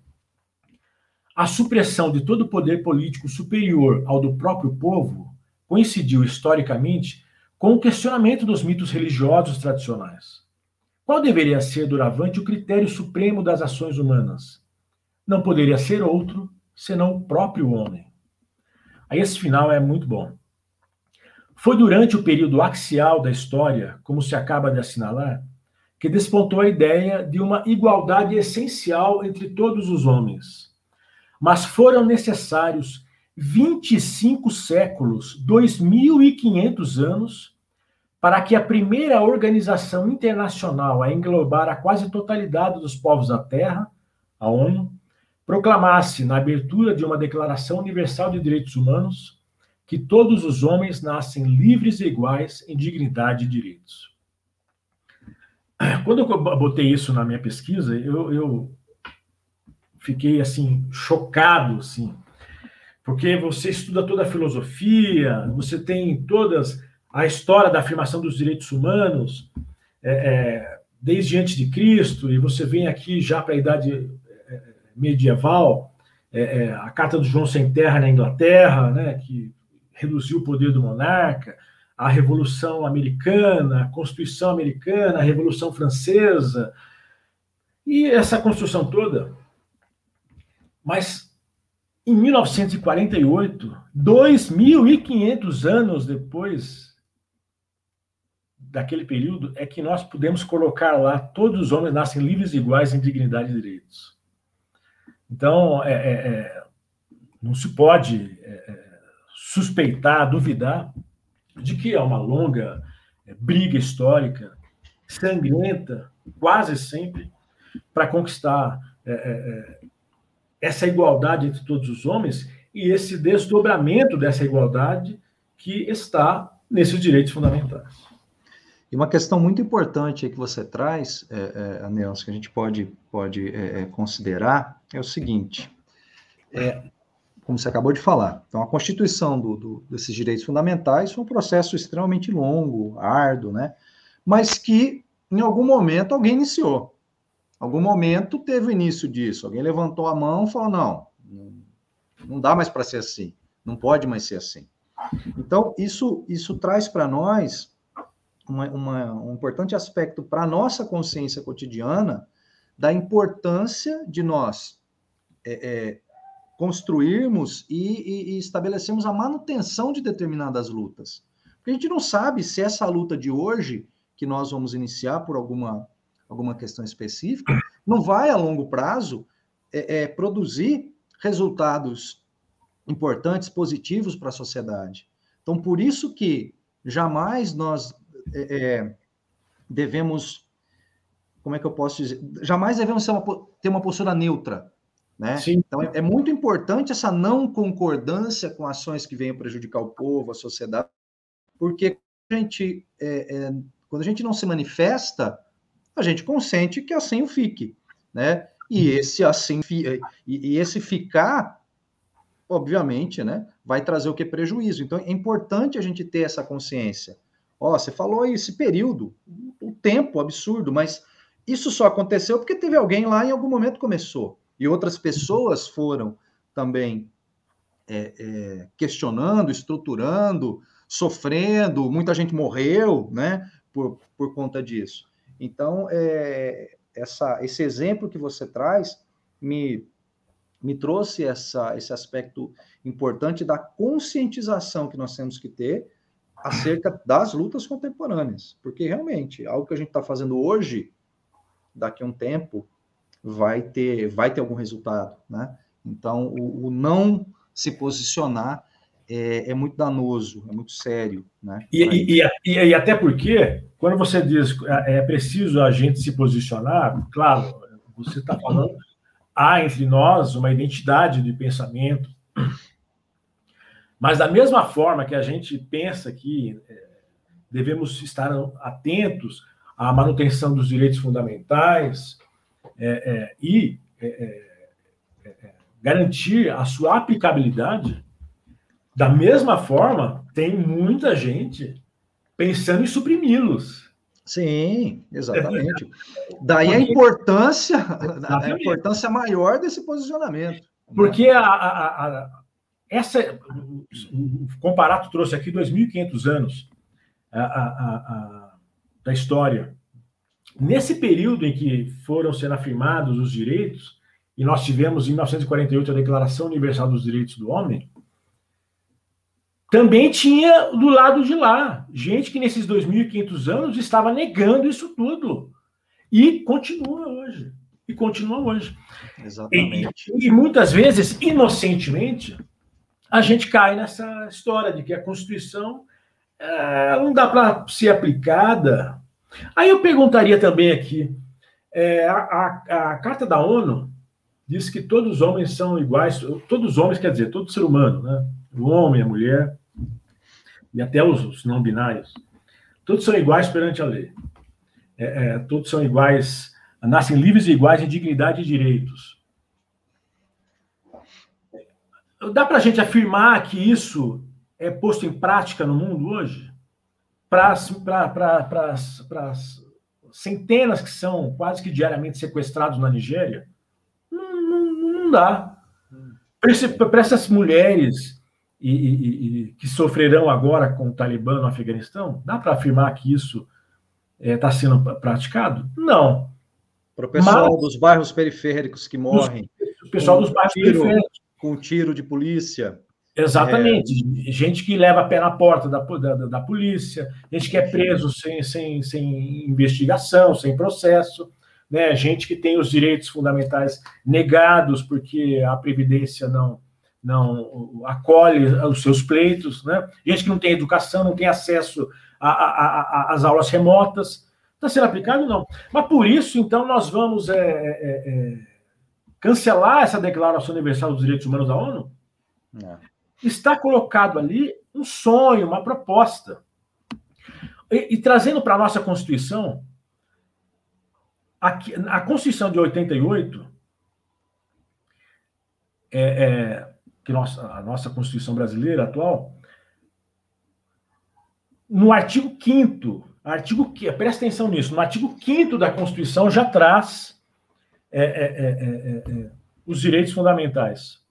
A supressão de todo poder político superior ao do próprio povo coincidiu historicamente com o questionamento dos mitos religiosos tradicionais. Qual deveria ser, doravante, o critério supremo das ações humanas? Não poderia ser outro, senão o próprio homem. Aí esse final é muito bom. Foi durante o período axial da história, como se acaba de assinalar, que despontou a ideia de uma igualdade essencial entre todos os homens. Mas foram necessários vinte e cinco séculos, dois mil e quinhentos anos, para que a primeira organização internacional a englobar a quase totalidade dos povos da Terra, a ONU, proclamasse, na abertura de uma Declaração Universal de Direitos Humanos, que todos os homens nascem livres e iguais em dignidade e direitos. Quando eu botei isso na minha pesquisa, eu, eu fiquei, assim, chocado, assim, porque você estuda toda a filosofia, você tem todas a história da afirmação dos direitos humanos, é, é, desde antes de Cristo, e você vem aqui já para a Idade Medieval, é, é, a Carta do João Sem Terra na Inglaterra, né, que reduziu o poder do monarca, a Revolução Americana, a Constituição Americana, a Revolução Francesa, e essa construção toda. Mas, em mil novecentos e quarenta e oito, dois mil e quinhentos anos depois daquele período, é que nós podemos colocar lá: todos os homens nascem livres e iguais em dignidade e direitos. Então, é, é, é, não se pode é, suspeitar, duvidar de que é uma longa é, briga histórica, sangrenta, quase sempre, para conquistar é, é, essa igualdade entre todos os homens e esse desdobramento dessa igualdade que está nesses direitos fundamentais. E uma questão muito importante que você traz, é, é, Nelson, que a gente pode, pode é, considerar, é o seguinte, é, como você acabou de falar, então a constituição do, do, desses direitos fundamentais foi um processo extremamente longo, árduo, né? Mas que, em algum momento, alguém iniciou. algum momento teve o início disso. Alguém levantou a mão e falou, não, não dá mais para ser assim, não pode mais ser assim. Então, isso, isso traz para nós uma, uma, um importante aspecto para a nossa consciência cotidiana da importância de nós é, é, construirmos e, e, e estabelecermos a manutenção de determinadas lutas. Porque a gente não sabe se essa luta de hoje, que nós vamos iniciar por alguma, alguma questão específica, não vai, a longo prazo, é, é, produzir resultados importantes, positivos para a sociedade. Então, por isso que jamais nós é, é, devemos, como é que eu posso dizer? Jamais devemos ser uma, ter uma postura neutra, né? Sim. Então, é, é muito importante essa não concordância com ações que venham prejudicar o povo, a sociedade, porque a gente, é, é, quando a gente não se manifesta, a gente consente que assim o fique, né? E esse assim, e, e esse ficar, obviamente, né, vai trazer o que? Prejuízo. Então, é importante a gente ter essa consciência. Ó, você falou aí esse período, o tempo absurdo, mas isso só aconteceu porque teve alguém lá em algum momento começou. E outras pessoas foram também é, é, questionando, estruturando, sofrendo, muita gente morreu, né, por, por conta disso. Então, é, essa, esse exemplo que você traz me me trouxe essa, esse aspecto importante da conscientização que nós temos que ter acerca das lutas contemporâneas, porque realmente algo que a gente está fazendo hoje, daqui a um tempo, vai ter, vai ter algum resultado, né? Então, o, o não se posicionar é, é muito danoso, é muito sério, né? E, e, e, e até porque, quando você diz é, é preciso a gente se posicionar, claro, você está falando, há entre nós uma identidade de pensamento, mas da mesma forma que a gente pensa que é, devemos estar atentos à manutenção dos direitos fundamentais é, é, e é, é, garantir a sua aplicabilidade, da mesma forma, tem muita gente pensando em suprimi-los. Sim, exatamente. Daí a importância, a importância maior desse posicionamento. Porque a, a, a, essa, o Comparato trouxe aqui dois mil e quinhentos anos a, a, a, da história. Nesse período em que foram sendo afirmados os direitos, e nós tivemos em mil novecentos e quarenta e oito a Declaração Universal dos Direitos do Homem, também tinha do lado de lá gente que nesses dois mil e quinhentos anos estava negando isso tudo. E continua hoje. E continua hoje. Exatamente. E, e muitas vezes, inocentemente, a gente cai nessa história de que a Constituição é, não dá para ser aplicada. Aí eu perguntaria também aqui, é, a, a, a Carta da ONU diz que todos os homens são iguais, todos os homens, quer dizer, todo ser humano, né? O homem, a mulher, e até os, os não binários, todos são iguais perante a lei. É, é, todos são iguais, nascem livres e iguais em dignidade e direitos. Dá para a gente afirmar que isso é posto em prática no mundo hoje? Para as centenas que são quase que diariamente sequestrados na Nigéria? Não, não, não dá. Para essas mulheres e, e, e, que sofrerão agora com o Talibã no Afeganistão, dá para afirmar que isso está é, sendo praticado? Não. Para o pessoal Mas, dos bairros periféricos que morrem. O pessoal dos bairros tiro, periféricos. Com tiro de polícia. Exatamente. É... Gente que leva a pé na porta da, da, da polícia, gente que é preso sem, sem, sem investigação, sem processo. Né, gente que tem os direitos fundamentais negados porque a Previdência não, não acolhe os seus pleitos, né? Gente que não tem educação, não tem acesso às aulas remotas. Está sendo aplicado? Não. Mas por isso, então, nós vamos é, é, é, cancelar essa Declaração Universal dos Direitos Humanos da ONU? Não. Está colocado ali um sonho, uma proposta. E, e trazendo para a nossa Constituição, A, a Constituição de oitenta e oito, é, é, que nossa, a nossa Constituição brasileira atual, no artigo quinto, artigo, presta atenção nisso, no artigo quinto da Constituição já traz é, é, é, é, os direitos fundamentais.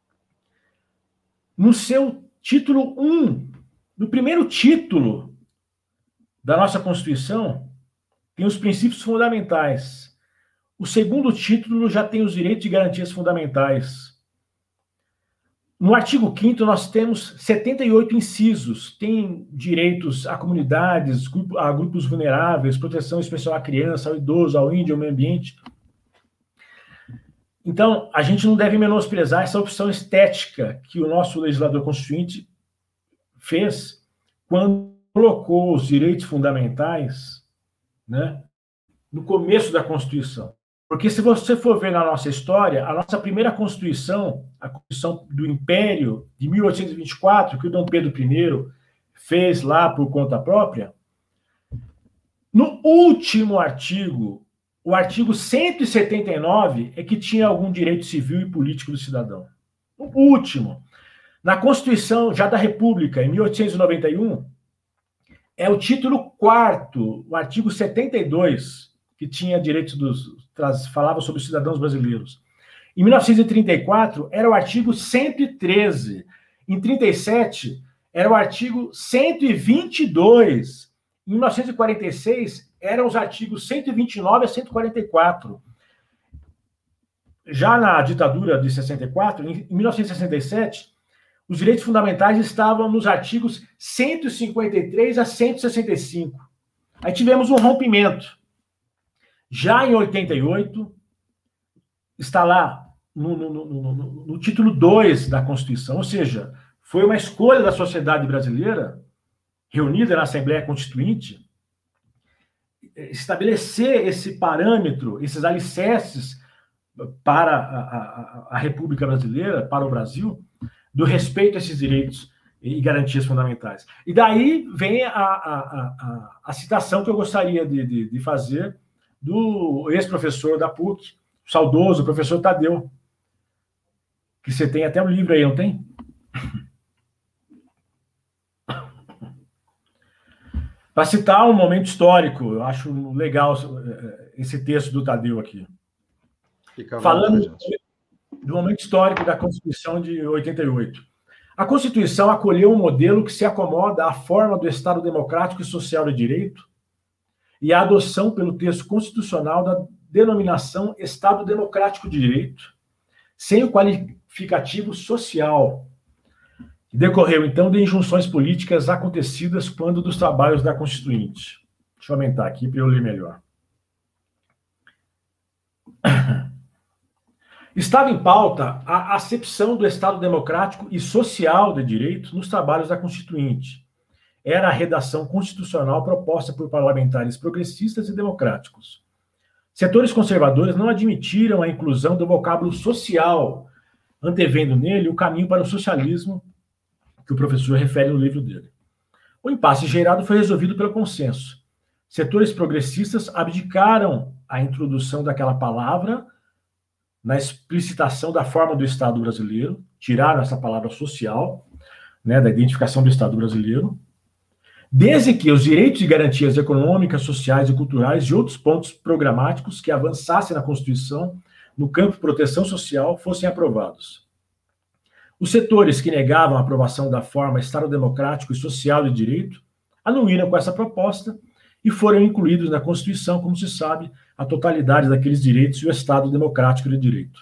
No seu título um, no primeiro título da nossa Constituição, tem os princípios fundamentais. O segundo título já tem os direitos e garantias fundamentais. No artigo quinto, nós temos setenta e oito incisos. Tem direitos a comunidades, a grupos vulneráveis, proteção especial à criança, ao idoso, ao índio, ao meio ambiente. Então, a gente não deve menosprezar essa opção estética que o nosso legislador constituinte fez quando colocou os direitos fundamentais, né, no começo da Constituição. Porque se você for ver na nossa história, a nossa primeira Constituição, a Constituição do Império, de mil oitocentos e vinte e quatro, que o Dom Pedro I fez lá por conta própria, no último artigo, o artigo cento e setenta e nove é que tinha algum direito civil e político do cidadão. O último. Na Constituição já da República, em mil oitocentos e noventa e um, é o título quarto, o artigo setenta e dois, que tinha direitos dos... falava sobre os cidadãos brasileiros. Em mil novecentos e trinta e quatro, era o artigo cento e treze. Em trinta e sete, era o artigo cento e vinte e dois. Em mil novecentos e quarenta e seis, eram os artigos cento e vinte e nove a cento e quarenta e quatro. Já na ditadura de sessenta e quatro, em mil novecentos e sessenta e sete, os direitos fundamentais estavam nos artigos cento e cinquenta e três a cento e sessenta e cinco. Aí tivemos um rompimento. Já em oitenta e oito, está lá no, no, no, no, no título dois da Constituição, ou seja, foi uma escolha da sociedade brasileira, reunida na Assembleia Constituinte, estabelecer esse parâmetro, esses alicerces para a, a, a República Brasileira, para o Brasil, do respeito a esses direitos e garantias fundamentais. E daí vem a, a, a, a citação que eu gostaria de, de, de fazer do ex-professor da P U C, o saudoso professor Tadeu, que você tem até um livro aí, não tem? Para citar um momento histórico, eu acho legal esse texto do Tadeu aqui. Fica falando bom, do momento histórico da Constituição de oitenta e oito. A Constituição acolheu um modelo que se acomoda à forma do Estado democrático e social de direito e a adoção pelo texto constitucional da denominação Estado Democrático de Direito, sem o qualificativo social, que decorreu, então, de injunções políticas acontecidas quando dos trabalhos da Constituinte. Deixa eu aumentar aqui para eu ler melhor. Estava em pauta a acepção do Estado Democrático e Social de Direito nos trabalhos da Constituinte. Era a redação constitucional proposta por parlamentares progressistas e democráticos. Setores conservadores não admitiram a inclusão do vocábulo social, antevendo nele o caminho para o socialismo que o professor refere no livro dele. O impasse gerado foi resolvido pelo consenso. Setores progressistas abdicaram a introdução daquela palavra na explicitação da forma do Estado brasileiro, tiraram essa palavra social, né, da identificação do Estado brasileiro, desde que os direitos e garantias econômicas, sociais e culturais e outros pontos programáticos que avançassem na Constituição no campo de proteção social fossem aprovados. Os setores que negavam a aprovação da forma Estado Democrático e Social de Direito anuíram com essa proposta e foram incluídos na Constituição, como se sabe, a totalidade daqueles direitos e o Estado Democrático de Direito.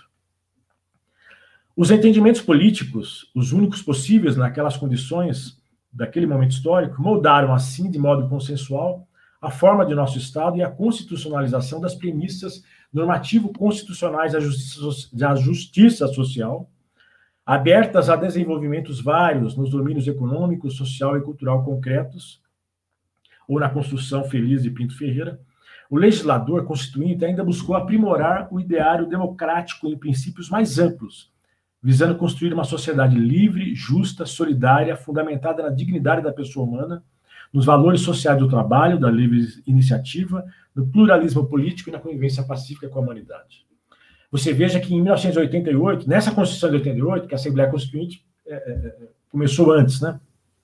Os entendimentos políticos, os únicos possíveis naquelas condições daquele momento histórico, moldaram assim, de modo consensual, a forma de nosso Estado e a constitucionalização das premissas normativo-constitucionais da justiça, da justiça social, abertas a desenvolvimentos vários nos domínios econômico, social e cultural concretos, ou na construção feliz de Pinto Ferreira. O legislador constituinte ainda buscou aprimorar o ideário democrático em princípios mais amplos, visando construir uma sociedade livre, justa, solidária, fundamentada na dignidade da pessoa humana, nos valores sociais do trabalho, da livre iniciativa, no pluralismo político e na convivência pacífica com a humanidade. Você veja que em mil novecentos e oitenta e oito, nessa Constituição de oitenta e oito, que a Assembleia Constituinte é, é, começou antes, né?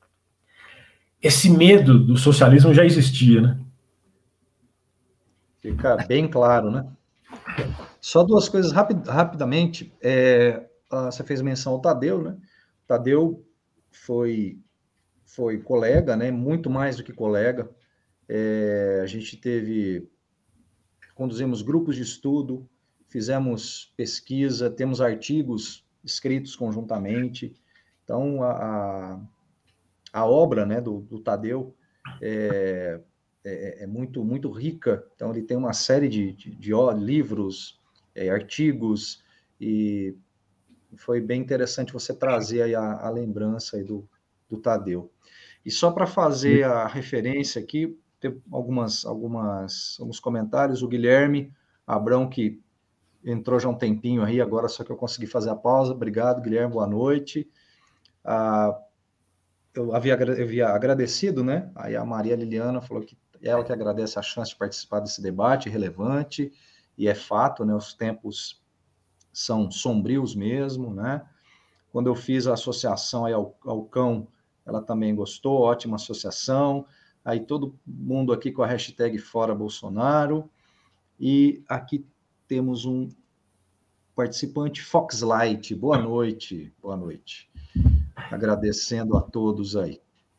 Esse medo do socialismo já existia, né? Fica bem claro, né? Só duas coisas rapid, rapidamente. É, você fez menção ao Tadeu, né? O Tadeu foi, foi colega, né? Muito mais do que colega. É, a gente teve, conduzimos grupos de estudo, fizemos pesquisa, temos artigos escritos conjuntamente. Então, a, a, a obra, né, do, do Tadeu é, é, é muito, muito rica. Então, ele tem uma série de, de, de ó, livros, é, artigos, e foi bem interessante você trazer aí a, a lembrança aí do, do Tadeu. E só para fazer a referência aqui, tem algumas, algumas, alguns comentários. O Guilherme Abrão, que entrou já um tempinho aí, agora só que eu consegui fazer a pausa. Obrigado, Guilherme, boa noite. Ah, eu, havia, eu havia agradecido, né? Aí a Maria Liliana falou que ela que agradece a chance de participar desse debate relevante, e é fato, né? Os tempos são sombrios mesmo, né? Quando eu fiz a associação aí ao, ao cão, ela também gostou, ótima associação. Aí todo mundo aqui com a hashtag Fora Bolsonaro. E aqui temos um participante, Foxlight. Boa noite, boa noite. Agradecendo a todos aí.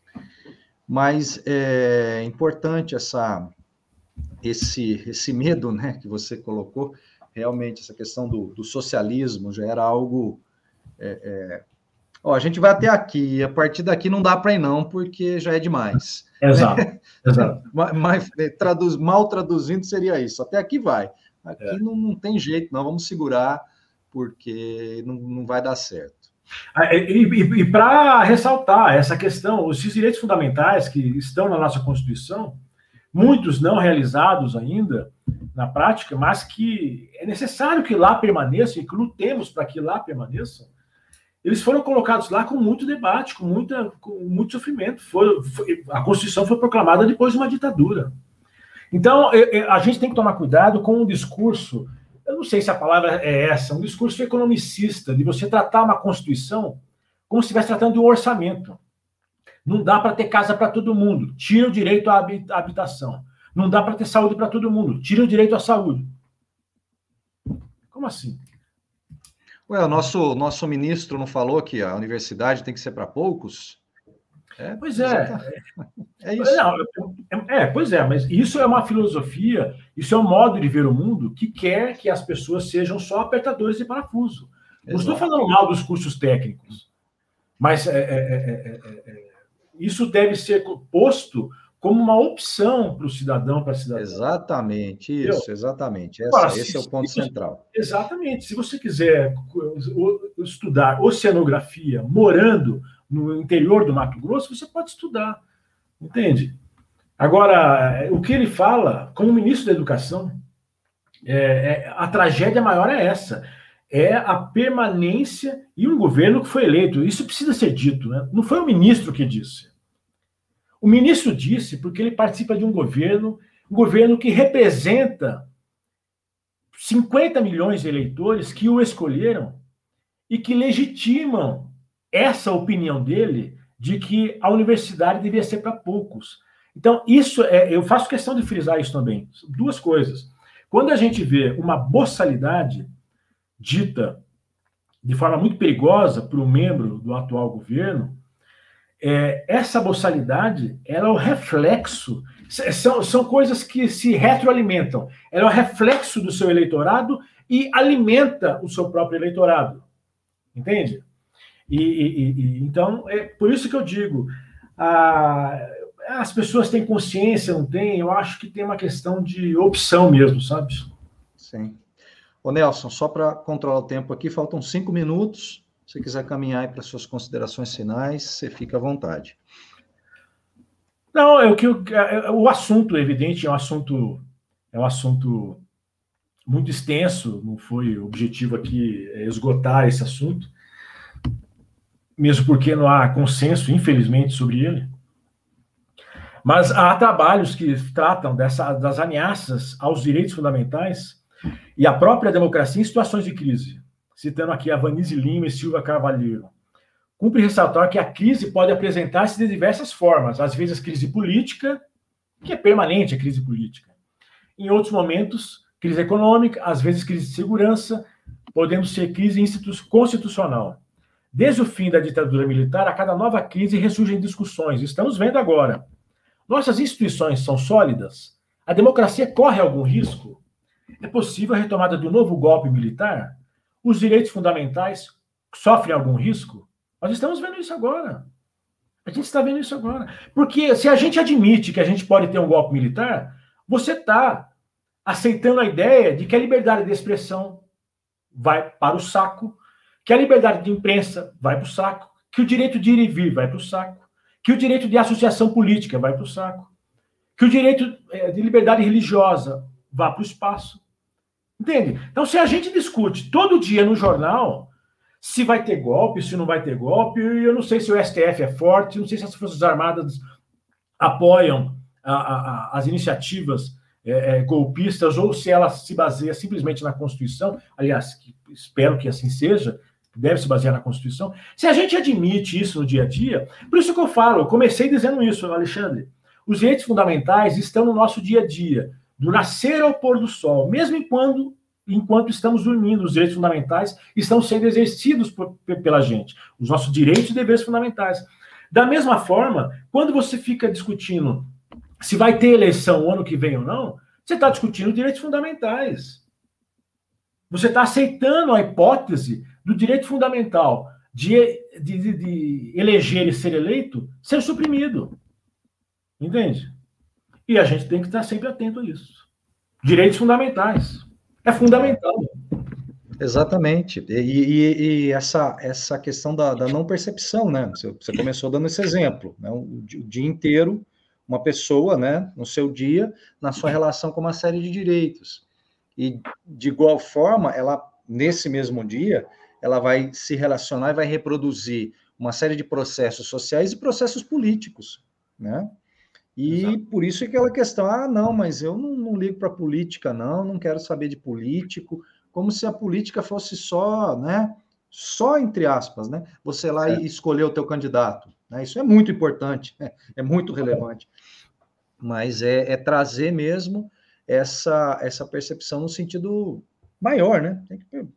Mas é importante essa, esse, esse medo, né, que você colocou. Realmente, essa questão do, do socialismo já era algo... É, é... Ó, a gente vai até aqui, a partir daqui não dá para ir não, porque já é demais. Exato, né? exato. Mas, traduz, mal traduzindo seria isso, até aqui vai. Aqui é. não, não tem jeito, não, vamos segurar, porque não, não vai dar certo. E, e, e para ressaltar essa questão, os direitos fundamentais que estão na nossa Constituição, muitos não realizados ainda na prática, mas que é necessário que lá permaneçam e que lutemos para que lá permaneçam, eles foram colocados lá com muito debate, com, muita, com muito sofrimento. Foi, foi, a Constituição foi proclamada depois de uma ditadura. Então, a gente tem que tomar cuidado com um discurso, eu não sei se a palavra é essa, um discurso economicista, de você tratar uma Constituição como se estivesse tratando de um orçamento. Não dá para ter casa para todo mundo, tira o direito à habitação. Não dá para ter saúde para todo mundo, tira o direito à saúde. Como assim? Ué, o nosso, nosso ministro não falou que a universidade tem que ser para poucos? É, pois é. É isso. Não, é, pois é, mas isso é uma filosofia, isso é um modo de ver o mundo que quer que as pessoas sejam só apertadores de parafuso. Exato. Não estou falando mal dos cursos técnicos, mas é, é, é, é, isso deve ser posto como uma opção para o cidadão, para a cidadã. Exatamente, isso, Entendeu? exatamente. Essa, Agora, esse se, é o ponto se, central. Exatamente. Se você quiser estudar oceanografia morando no interior do Mato Grosso, você pode estudar, entende? Agora, o que ele fala, como ministro da Educação, é, é, a tragédia maior é essa, é a permanência e um governo que foi eleito. Isso precisa ser dito, né? Não foi o ministro que disse. O ministro disse porque ele participa de um governo, um governo que representa cinquenta milhões de eleitores que o escolheram e que legitimam essa opinião dele de que a universidade devia ser para poucos. Então, isso é, eu faço questão de frisar isso também. Duas coisas. Quando a gente vê uma boçalidade dita de forma muito perigosa por um membro do atual governo, é, essa boçalidade ela é o reflexo, são, são coisas que se retroalimentam. Ela é o reflexo do seu eleitorado e alimenta o seu próprio eleitorado. Entende? E, e, e, então, é por isso que eu digo, a, as pessoas têm consciência, não têm? Eu acho que tem uma questão de opção mesmo, sabe? Sim. Ô Nelson, só para controlar o tempo aqui, faltam cinco minutos. Se você quiser caminhar para suas considerações finais, você fica à vontade. Não, é o que é, o assunto, evidente, é um assunto, é um assunto muito extenso, não foi o objetivo aqui esgotar esse assunto, mesmo porque não há consenso, infelizmente, sobre ele. Mas há trabalhos que tratam dessa, das ameaças aos direitos fundamentais e à própria democracia em situações de crise. Citando aqui a Vanise Lima e Silva Carvalheiro. Cumpre ressaltar que a crise pode apresentar-se de diversas formas. Às vezes, crise política, que é permanente a crise política. Em outros momentos, crise econômica, às vezes crise de segurança, podendo ser crise institu- constitucional. Desde o fim da ditadura militar, a cada nova crise ressurgem discussões. Estamos vendo agora. Nossas instituições são sólidas? A democracia corre algum risco? É possível a retomada de um novo golpe militar? Os direitos fundamentais sofrem algum risco? Nós estamos vendo isso agora. A gente está vendo isso agora. Porque se a gente admite que a gente pode ter um golpe militar, você está aceitando a ideia de que a liberdade de expressão vai para o saco, que a liberdade de imprensa vai para o saco, que o direito de ir e vir vai para o saco, que o direito de associação política vai para o saco, que o direito de liberdade religiosa vá para o espaço. Entende? Então, se a gente discute todo dia no jornal se vai ter golpe, se não vai ter golpe, eu não sei se o S T F é forte, não sei se as Forças Armadas apoiam a, a, a, as iniciativas é, é, golpistas ou se ela se baseia simplesmente na Constituição, aliás, que, espero que assim seja, deve se basear na Constituição. Se a gente admite isso no dia a dia, por isso que eu falo, eu comecei dizendo isso, Alexandre, os direitos fundamentais estão no nosso dia a dia, do nascer ao pôr do sol, mesmo enquanto, enquanto estamos dormindo, os direitos fundamentais estão sendo exercidos por, pela gente, os nossos direitos e deveres fundamentais. Da mesma forma, quando você fica discutindo se vai ter eleição o ano que vem ou não, você está discutindo direitos fundamentais. Você está aceitando a hipótese do direito fundamental de, de, de, de eleger e ser eleito ser suprimido. Entende? E a gente tem que estar sempre atento a isso. Direitos fundamentais. É fundamental. Exatamente. E, e, e essa, essa questão da, da não percepção, né? Você, você começou dando esse exemplo, né? O, o dia inteiro, uma pessoa, né, no seu dia, na sua relação com uma série de direitos. E, de igual forma, ela, nesse mesmo dia, ela vai se relacionar e vai reproduzir uma série de processos sociais e processos políticos, né? E Exato. Por isso aquela questão, ah, não, mas eu não, não ligo para política, não, não quero saber de político, como se a política fosse só, né, só entre aspas, né, você lá é. e escolher o teu candidato, né, isso é muito importante, é, é muito relevante, mas é, é trazer mesmo essa, essa percepção no sentido maior, né, tem que ter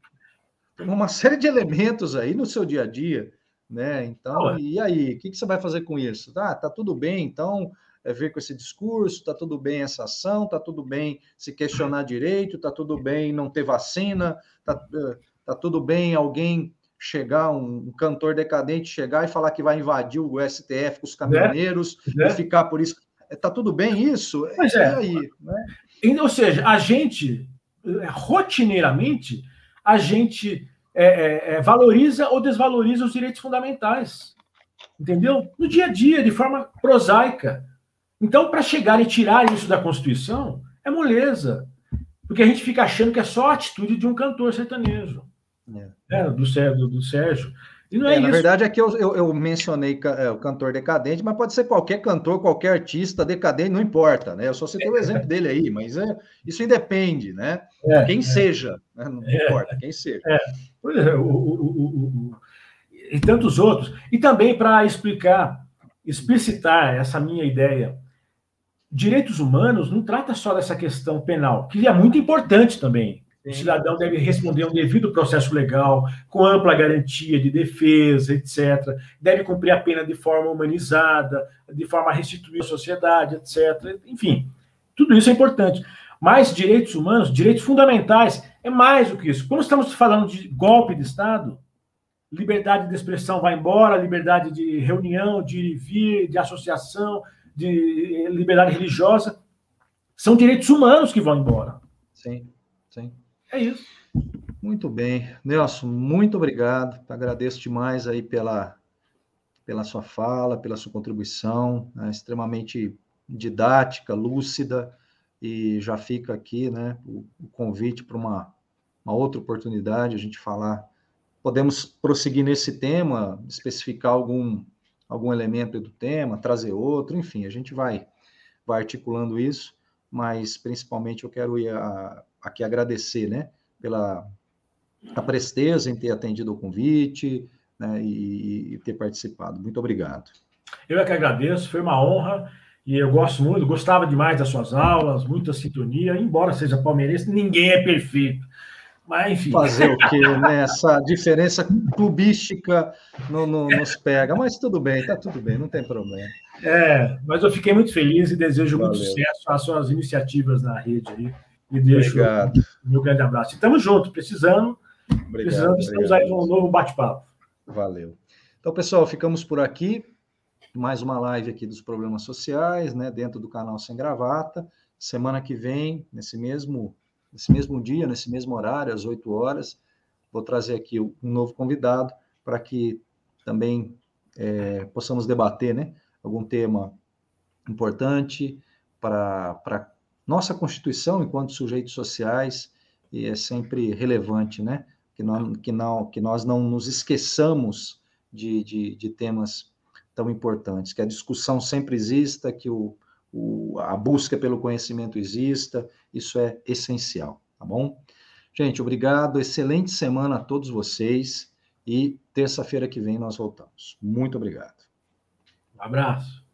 uma série de elementos aí no seu dia a dia, né, então, e aí, o que, que você vai fazer com isso? Ah, tá tudo bem, então... é ver com esse discurso, tá tudo bem essa ação, tá tudo bem se questionar direito, tá tudo bem não ter vacina, tá, tá tudo bem alguém chegar, um, um cantor decadente chegar e falar que vai invadir o S T F com os caminhoneiros é, é. e ficar por isso. Tá tudo bem isso? Pois é. E aí? Né? Ou seja, a gente, rotineiramente, a gente é, é, é, valoriza ou desvaloriza os direitos fundamentais. Entendeu? No dia a dia, de forma prosaica. Então, para chegar e tirar isso da Constituição, é moleza. Porque a gente fica achando que é só a atitude de um cantor sertanejo. É. É, do, do, do Sérgio. E não é, é isso. Na verdade, é que eu, eu, eu mencionei é, o cantor decadente, mas pode ser qualquer cantor, qualquer artista decadente, não importa, né? Eu só citei é. o exemplo dele aí, mas é, isso independe, né? É, quem é. seja, né? Não importa, quem seja. É. Pois é, o, o, o, o, e tantos outros. E também para explicar, explicitar essa minha ideia, direitos humanos não trata só dessa questão penal, que é muito importante também. Sim. O cidadão deve responder a um devido processo legal, com ampla garantia de defesa, etcétera. Deve cumprir a pena de forma humanizada, de forma a restituir a sociedade, etcétera. Enfim, tudo isso é importante. Mas direitos humanos, direitos fundamentais, é mais do que isso. Como estamos falando de golpe de Estado, liberdade de expressão vai embora, liberdade de reunião, de ir e vir, de associação, de liberdade religiosa, são direitos humanos que vão embora. Sim, sim. É isso. Muito bem. Nelson, muito obrigado. Agradeço demais aí pela, pela sua fala, pela sua contribuição, né, extremamente didática, lúcida, e já fica aqui, né, o, o convite para uma, uma outra oportunidade, a gente falar. Podemos prosseguir nesse tema, especificar algum algum elemento do tema, trazer outro, enfim, a gente vai, vai articulando isso, mas principalmente eu quero ir a, aqui agradecer, né, pela a presteza em ter atendido o convite, né, e, e ter participado. Muito obrigado. Eu é que agradeço, foi uma honra, E eu gosto muito, gostava demais das suas aulas, muita sintonia, embora seja palmeirense, ninguém é perfeito. Mas, enfim. Fazer o quê, né? Essa diferença clubística no, no, nos pega, mas tudo bem, tá tudo bem, não tem problema. É, mas eu fiquei muito feliz e desejo Valeu. muito sucesso às suas iniciativas na rede aí. E deixo Obrigado. o meu grande abraço. E estamos juntos, precisando. Obrigado, precisando, estamos obrigado. aí com um novo bate-papo. Valeu. Então, pessoal, ficamos por aqui. Mais uma live aqui dos problemas sociais, né? Dentro do canal Sem Gravata. Semana que vem, nesse mesmo, nesse mesmo dia, nesse mesmo horário, às oito horas, vou trazer aqui um novo convidado para que também é, possamos debater, né? Algum tema importante para a nossa Constituição enquanto sujeitos sociais, e é sempre relevante, né? Que, não, que, não, que nós não nos esqueçamos de, de, de temas tão importantes, que a discussão sempre exista, que o, o, a busca pelo conhecimento exista, isso é essencial, tá bom? Gente, obrigado, excelente semana a todos vocês, e terça-feira que vem nós voltamos. Muito obrigado. Um abraço.